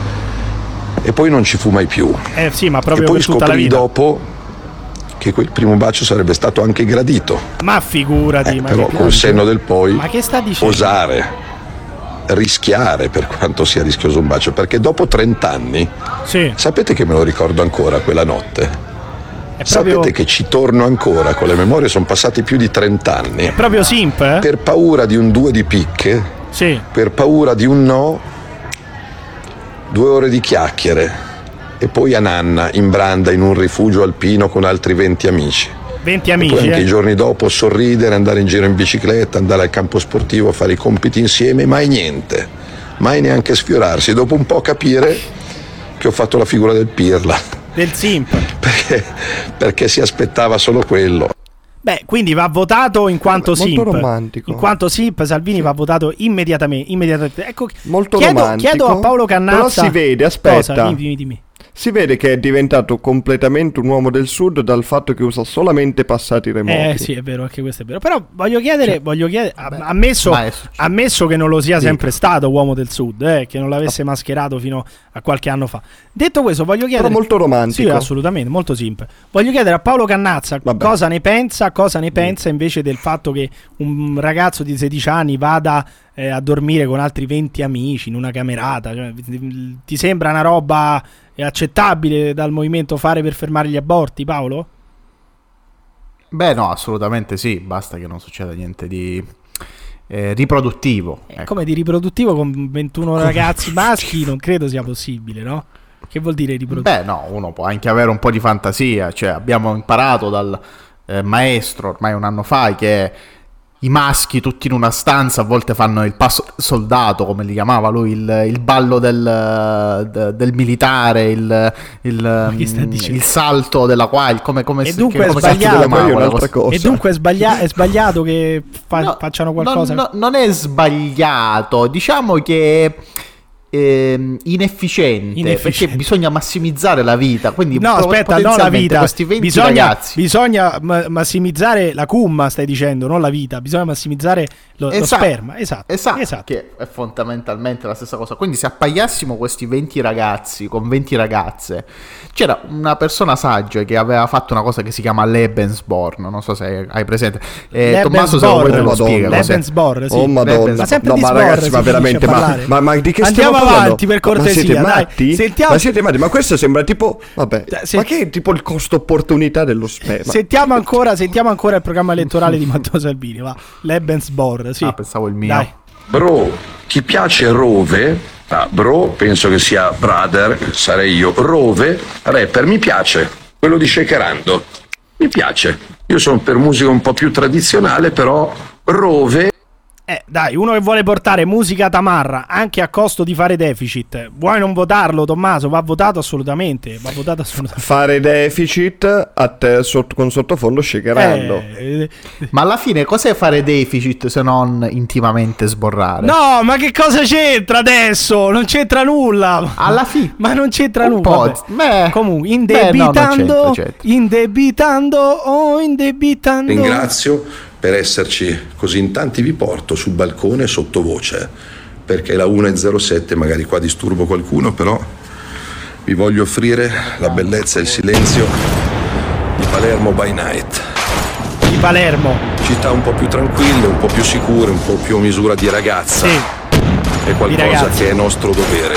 T: e poi non ci fu mai più.
F: Sì, ma proprio
T: e poi
F: per tutta la
T: scoprì
F: vita.
T: Dopo che quel primo bacio sarebbe stato anche gradito.
F: Ma figurati.
T: Però col senno del poi,
F: ma che sta dicendo?
T: Osare, rischiare, per quanto sia rischioso un bacio, perché dopo 30 anni, sapete che me lo ricordo ancora quella notte? Sapete che ci torno ancora con le memorie, sono passati più di 30 anni.
F: È proprio simp, eh?
T: Per paura di un 2 di picche, per paura di un no, 2 ore di chiacchiere, e poi a Nanna, in branda, in un rifugio alpino con altri 20 amici.
F: 20 amici,
T: e poi anche i giorni dopo sorridere, andare in giro in bicicletta, andare al campo sportivo, fare i compiti insieme, mai niente, mai neanche sfiorarsi. Dopo un po' capire che ho fatto la figura del pirla.
F: Del simp.
T: Perché si aspettava solo quello.
F: Beh, quindi va votato in quanto
G: molto
F: simp.
G: romantico.
F: In quanto simp, Salvini va votato immediatamente. Ecco,
G: molto romantico.
F: Chiedo a Paolo Cannazza.
G: Però si vede, aspetta.
F: Cosa? Dimmi.
G: Si vede che è diventato completamente un uomo del sud dal fatto che usa solamente passati remoti.
F: Sì, è vero, anche questo è vero. Però voglio chiedere, ammesso che non lo sia sempre stato uomo del sud, che non l'avesse mascherato fino a qualche anno fa. Detto questo, voglio chiedere.
G: Però molto romantico.
F: Sì, assolutamente, molto simp. Voglio chiedere a Paolo Cannazza cosa ne pensa invece del fatto che un ragazzo di 16 anni vada a dormire con altri 20 amici in una camerata. Cioè, ti sembra una roba accettabile dal movimento Fare per fermare gli aborti, Paolo?
E: Beh, no, assolutamente sì, basta che non succeda niente di riproduttivo.
F: Come di riproduttivo con 21 ragazzi maschi non credo sia possibile, no? Che vuol dire riproduttivo?
E: Beh, no, uno può anche avere un po' di fantasia, cioè abbiamo imparato dal maestro ormai un anno fa che i maschi tutti in una stanza a volte fanno il passo soldato, come li chiamava lui, il ballo del militare, il salto della quaglia, come
F: e dunque è sbagliato, e dunque è sbagliato che facciano qualcosa.
E: Non è sbagliato, diciamo che inefficiente, perché bisogna massimizzare la vita, quindi
F: no, aspetta, non la vita, questi 20 ragazzi bisogna massimizzare la cum, stai dicendo, non la vita, bisogna massimizzare lo sperma, esatto,
E: che è fondamentalmente la stessa cosa. Quindi se appaiassimo questi 20 ragazzi con 20 ragazze, c'era una persona saggia che aveva fatto una cosa che si chiama Lebensborn, non so se hai presente, Tommaso, se vuoi te lo spiega.
F: Lebensborn, sì.
G: Oh madonna,
F: ma sempre
G: no, ma ragazzi, ma veramente, ma di che stiamo
F: avanti, per cortesia,
G: ma siete matti? Ma questo sembra tipo, vabbè, ma che è tipo il costo opportunità dello sperma?
F: Sentiamo ancora il programma elettorale di Matteo Salvini, va. Lebensborn, sì.
E: Pensavo il mio.
F: Dai.
T: Bro, chi piace Rove? Bro, penso che sia brother, sarei io. Rove, rapper, mi piace. Quello di Shakerando, mi piace. Io sono per musica un po' più tradizionale, però Rove.
F: Dai, uno che vuole portare musica tamarra anche a costo di fare deficit, vuoi non votarlo, Tommaso? Va votato assolutamente.
G: Fare deficit con sottofondo Shakerando.
E: Ma alla fine cos'è fare deficit se non intimamente sborrare?
F: No, ma che cosa c'entra adesso? Non c'entra nulla.
E: Alla fine,
F: ma non c'entra nulla. Comunque, indebitando.
T: Ringrazio per esserci così in tanti, vi porto sul balcone sottovoce perché è la 1:07, magari qua disturbo qualcuno, però vi voglio offrire la bellezza e il silenzio di Palermo by night.
F: Di Palermo,
T: città un po' più tranquille, un po' più sicure, un po' più a misura di ragazza.
F: Sì.
T: È qualcosa che è nostro dovere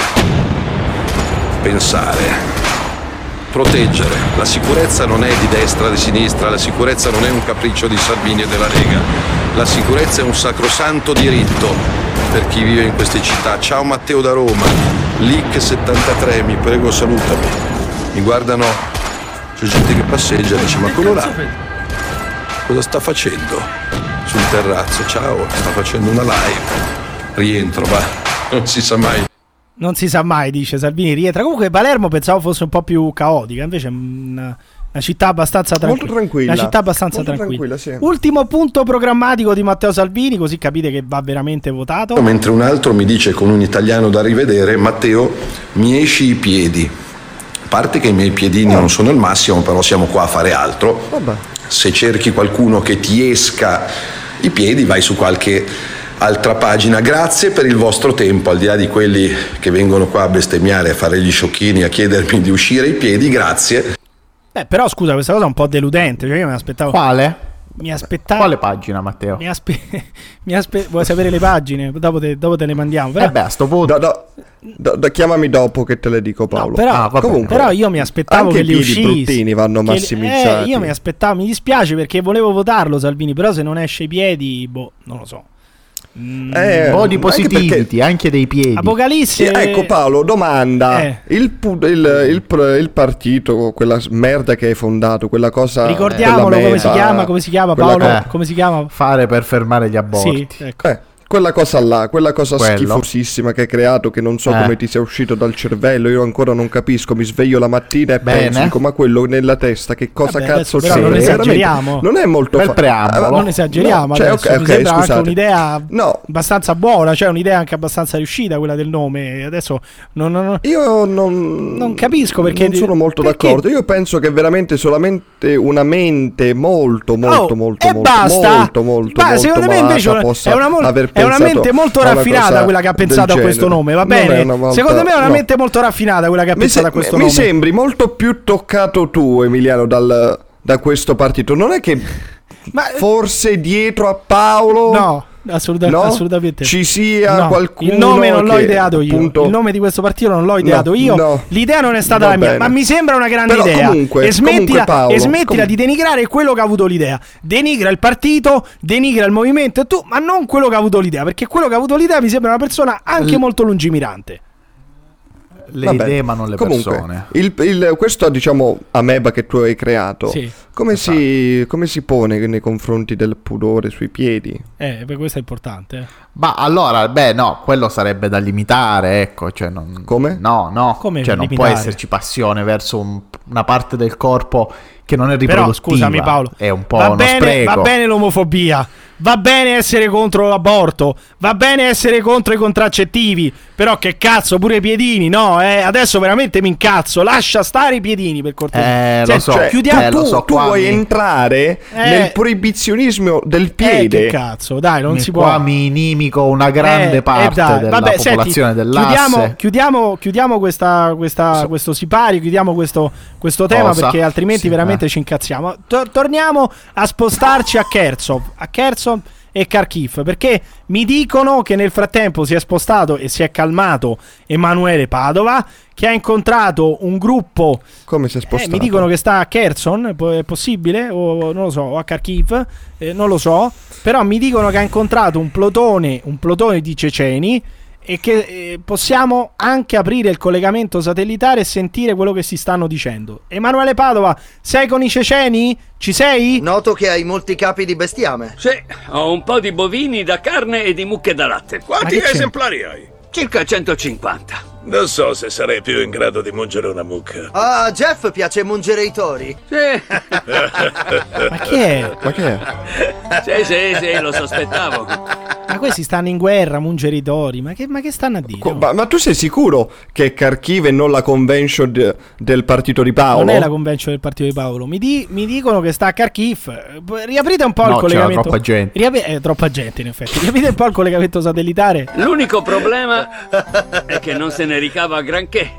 T: pensare, proteggere. La sicurezza non è di destra, di sinistra, la sicurezza non è un capriccio di Salvini e della Lega. La sicurezza è un sacrosanto diritto per chi vive in queste città. Ciao Matteo da Roma, Lick73, mi prego salutami. Mi guardano, c'è gente che passeggia e dice: ma quello là cosa sta facendo sul terrazzo? Ciao, sta facendo una live. Rientro, va, non si sa mai.
F: Non si sa mai, dice Salvini, rientra. Comunque Palermo pensavo fosse un po' più caotica, invece è una città abbastanza tranquilla.
G: Molto tranquilla.
F: Una città abbastanza tranquilla.
G: Sì.
F: Ultimo punto programmatico di Matteo Salvini, così capite che va veramente votato.
T: Mentre un altro mi dice con un italiano da rivedere: Matteo, mi esci i piedi. A parte che i miei piedini non sono il massimo, però siamo qua a fare altro.
G: Vabbè.
T: Se cerchi qualcuno che ti esca i piedi, vai su qualche altra pagina. Grazie per il vostro tempo, al di là di quelli che vengono qua a bestemmiare, a fare gli sciocchini, a chiedermi di uscire i piedi, grazie.
F: Però scusa, questa cosa è un po' deludente, cioè io mi aspettavo.
E: Quale?
F: Mi aspettavo.
E: Quale pagina, Matteo?
F: Vuoi sapere le pagine? Dopo te le mandiamo. Però...
E: a sto punto.
G: Chiamami dopo che te le dico, Paolo.
F: No, comunque, però io mi aspettavo
G: anche
F: che li uscisssi.
G: Anche i bruttini vanno massimizzati.
F: Io mi aspettavo, mi dispiace perché volevo votarlo Salvini, però se non esce i piedi, non lo so.
E: Body positivity, anche dei piedi.
F: Apocalisse.
G: Ecco Paolo, domanda. Il partito, quella merda che hai fondato, quella cosa.
F: Ricordiamolo, come si chiama Paolo? Come si chiama?
E: Fare per fermare gli aborti.
F: Sì, ecco.
G: Quella cosa là, quella cosa schifosissima che hai creato, che non so come ti sia uscito dal cervello, io ancora non capisco, mi sveglio la mattina e penso, dico, ma quello nella testa che cosa cazzo c'è?
F: Non esageriamo.
G: Non è molto
F: non esageriamo, mi sembra anche un'idea abbastanza buona, cioè un'idea anche abbastanza riuscita quella del nome. Adesso
G: io non
F: capisco perché
G: non sono molto d'accordo. Io penso che veramente solamente una mente molto
F: secondo me invece
G: possa
F: è una mente molto raffinata quella che ha pensato a questo nome, va bene? Secondo me è una mente molto raffinata quella che ha pensato a questo nome.
G: Mi sembri molto più toccato tu, Emiliano, da questo partito. Non è che forse dietro a Paolo...
F: No. Assolutamente
G: ci sia qualcuno.
F: Il nome non l'ho ideato io. Il nome di questo partito non l'ho ideato io.
G: No.
F: L'idea non è stata la mia, ma mi sembra una grande idea. E smettila di denigrare quello che ha avuto l'idea. Denigra il partito, denigra il movimento, ma non quello che ha avuto l'idea, perché quello che ha avuto l'idea mi sembra una persona anche molto lungimirante.
E: le idee ma non le persone.
G: Questo, diciamo, ameba che tu hai creato, come si pone nei confronti del pudore sui piedi?
F: Per questo è importante.
E: Ma allora, quello sarebbe da limitare, ecco. Cioè
G: come?
E: No.
F: Come
E: cioè, non può esserci passione verso una parte del corpo che non è riproduttiva.
F: Però, scusami Paolo,
E: è un po' uno spreco.
F: Va bene l'omofobia, va bene essere contro l'aborto, va bene essere contro i contraccettivi, però che cazzo, pure i piedini, no? Adesso veramente mi incazzo, lascia stare i piedini per cortesia.
E: Lo so,
F: chiudiamo.
G: Tu vuoi entrare nel proibizionismo del piede?
F: Che cazzo, dai, non si può.
E: Qua mi inimico una grande parte della popolazione dell'asse.
F: Chiudiamo questo sipario, chiudiamo questo tema, perché altrimenti veramente ci incazziamo. Torniamo a spostarci a Kherson e Kharkiv, perché mi dicono che nel frattempo si è spostato e si è calmato Emanuele Padova, che ha incontrato un gruppo.
G: Come si è spostato?
F: Mi dicono che sta a Kherson, è possibile? O non lo so, o a Kharkiv, non lo so, però mi dicono che ha incontrato un plotone di ceceni e che possiamo anche aprire il collegamento satellitare e sentire quello che si stanno dicendo. Emanuele Padova, sei con i ceceni? Ci sei?
U: Noto che hai molti capi di bestiame.
V: Sì, ho un po' di bovini da carne e di mucche da latte.
W: Quanti esemplari hai?
V: Circa 150.
W: Non so se sarei più in grado di mungere una mucca.
U: Ah, a Jeff piace mungere i tori?
V: Sì.
F: Ma che è?
V: Sì, lo sospettavo.
F: Ma questi stanno in guerra, mungere i tori. Ma che stanno a dire?
G: Ma tu sei sicuro che Kharkiv è non la convention del partito di Paolo?
F: Non è la convention del partito di Paolo. Mi dicono che sta a Kharkiv. Riaprite un po' il collegamento.
E: Troppa gente.
F: Troppa gente, in effetti. Riaprite un po' il collegamento satellitare.
V: L'unico problema è che non se ne ricava granché.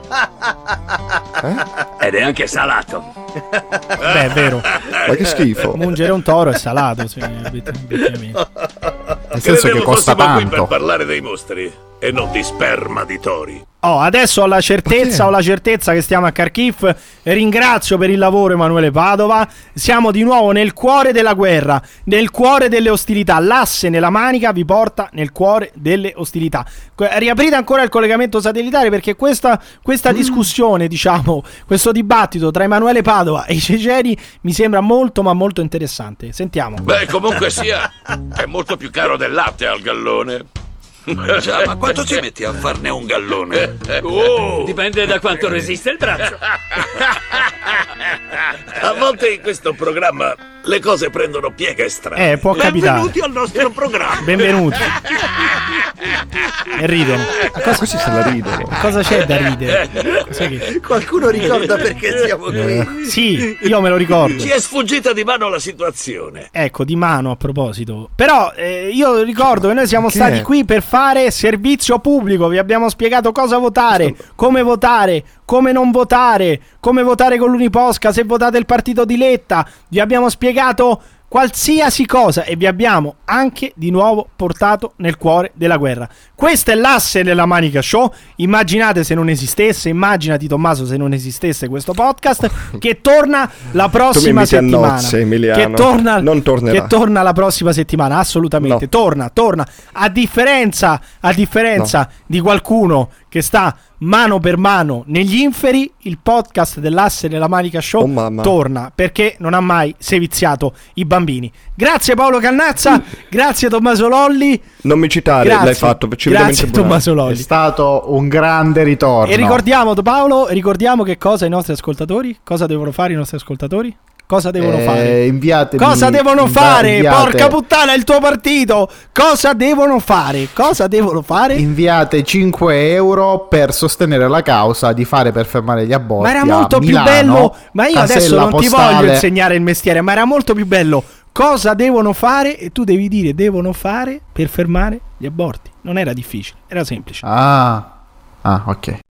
V: Ed è anche salato.
F: Beh, è vero.
G: Ma che schifo.
F: Mungere un toro è salato,
E: nel senso che costa tanto.
W: Qui per parlare dei mostri e non di sperma di tori.
F: Adesso ho la certezza che stiamo a Kharkiv. Ringrazio per il lavoro Emanuele Padova. Siamo di nuovo nel cuore della guerra, nel cuore delle ostilità. L'asse nella manica vi porta nel cuore delle ostilità. Riaprite ancora il collegamento satellitare, perché questa discussione, diciamo, questo dibattito tra Emanuele Padova e i ceceni mi sembra molto ma molto interessante. Sentiamo.
W: Beh, comunque sia, è molto più caro del latte al gallone.
V: Già, ma quanto ci metti a farne un gallone? Dipende da quanto resiste il braccio.
W: A volte in questo programma le cose prendono pieghe strane.
F: Può capitare.
W: Benvenuti al nostro programma.
F: Benvenuti. E ridono.
G: Questi se la ridono.
F: Cosa c'è da ridere?
U: Qualcuno ricorda perché siamo qui?
F: Sì, io me lo ricordo.
W: Ci è sfuggita di mano la situazione.
F: Ecco, di mano a proposito. Però io ricordo che noi siamo stati qui per fare servizio pubblico. Vi abbiamo spiegato cosa votare, come non votare, come votare con l'Uniposca, se votate il partito di Letta. Vi abbiamo spiegato qualsiasi cosa e vi abbiamo anche di nuovo portato nel cuore della guerra. Questo è l'asse della Manica Show. Immaginate se non esistesse, immaginati Tommaso se non esistesse questo podcast, che torna la prossima settimana.
G: Nozze, Emiliano.
F: Non tornerà. Che torna la prossima settimana, assolutamente. No. Torna. A differenza di qualcuno che sta mano per mano negli inferi, il podcast dell'asse della Manica Show torna, perché non ha mai seviziato i bambini. Grazie Paolo Cannazza, grazie Tommaso Lolli.
G: Non mi citare, l'hai fatto.
F: Grazie Tommaso Lolli.
E: È stato un grande ritorno.
F: E ricordiamo che cosa i nostri ascoltatori, cosa devono fare i nostri ascoltatori? Cosa devono fare? Cosa devono fare? Porca puttana, il tuo partito! Cosa devono fare?
E: Inviate 5 euro per sostenere la causa di Fare per fermare gli aborti.
F: Ma era molto più bello. Ma io adesso non ti voglio insegnare il mestiere, ma era molto più bello. Cosa devono fare? E tu devi dire devono fare per fermare gli aborti. Non era difficile, era semplice.
E: Ah, ok.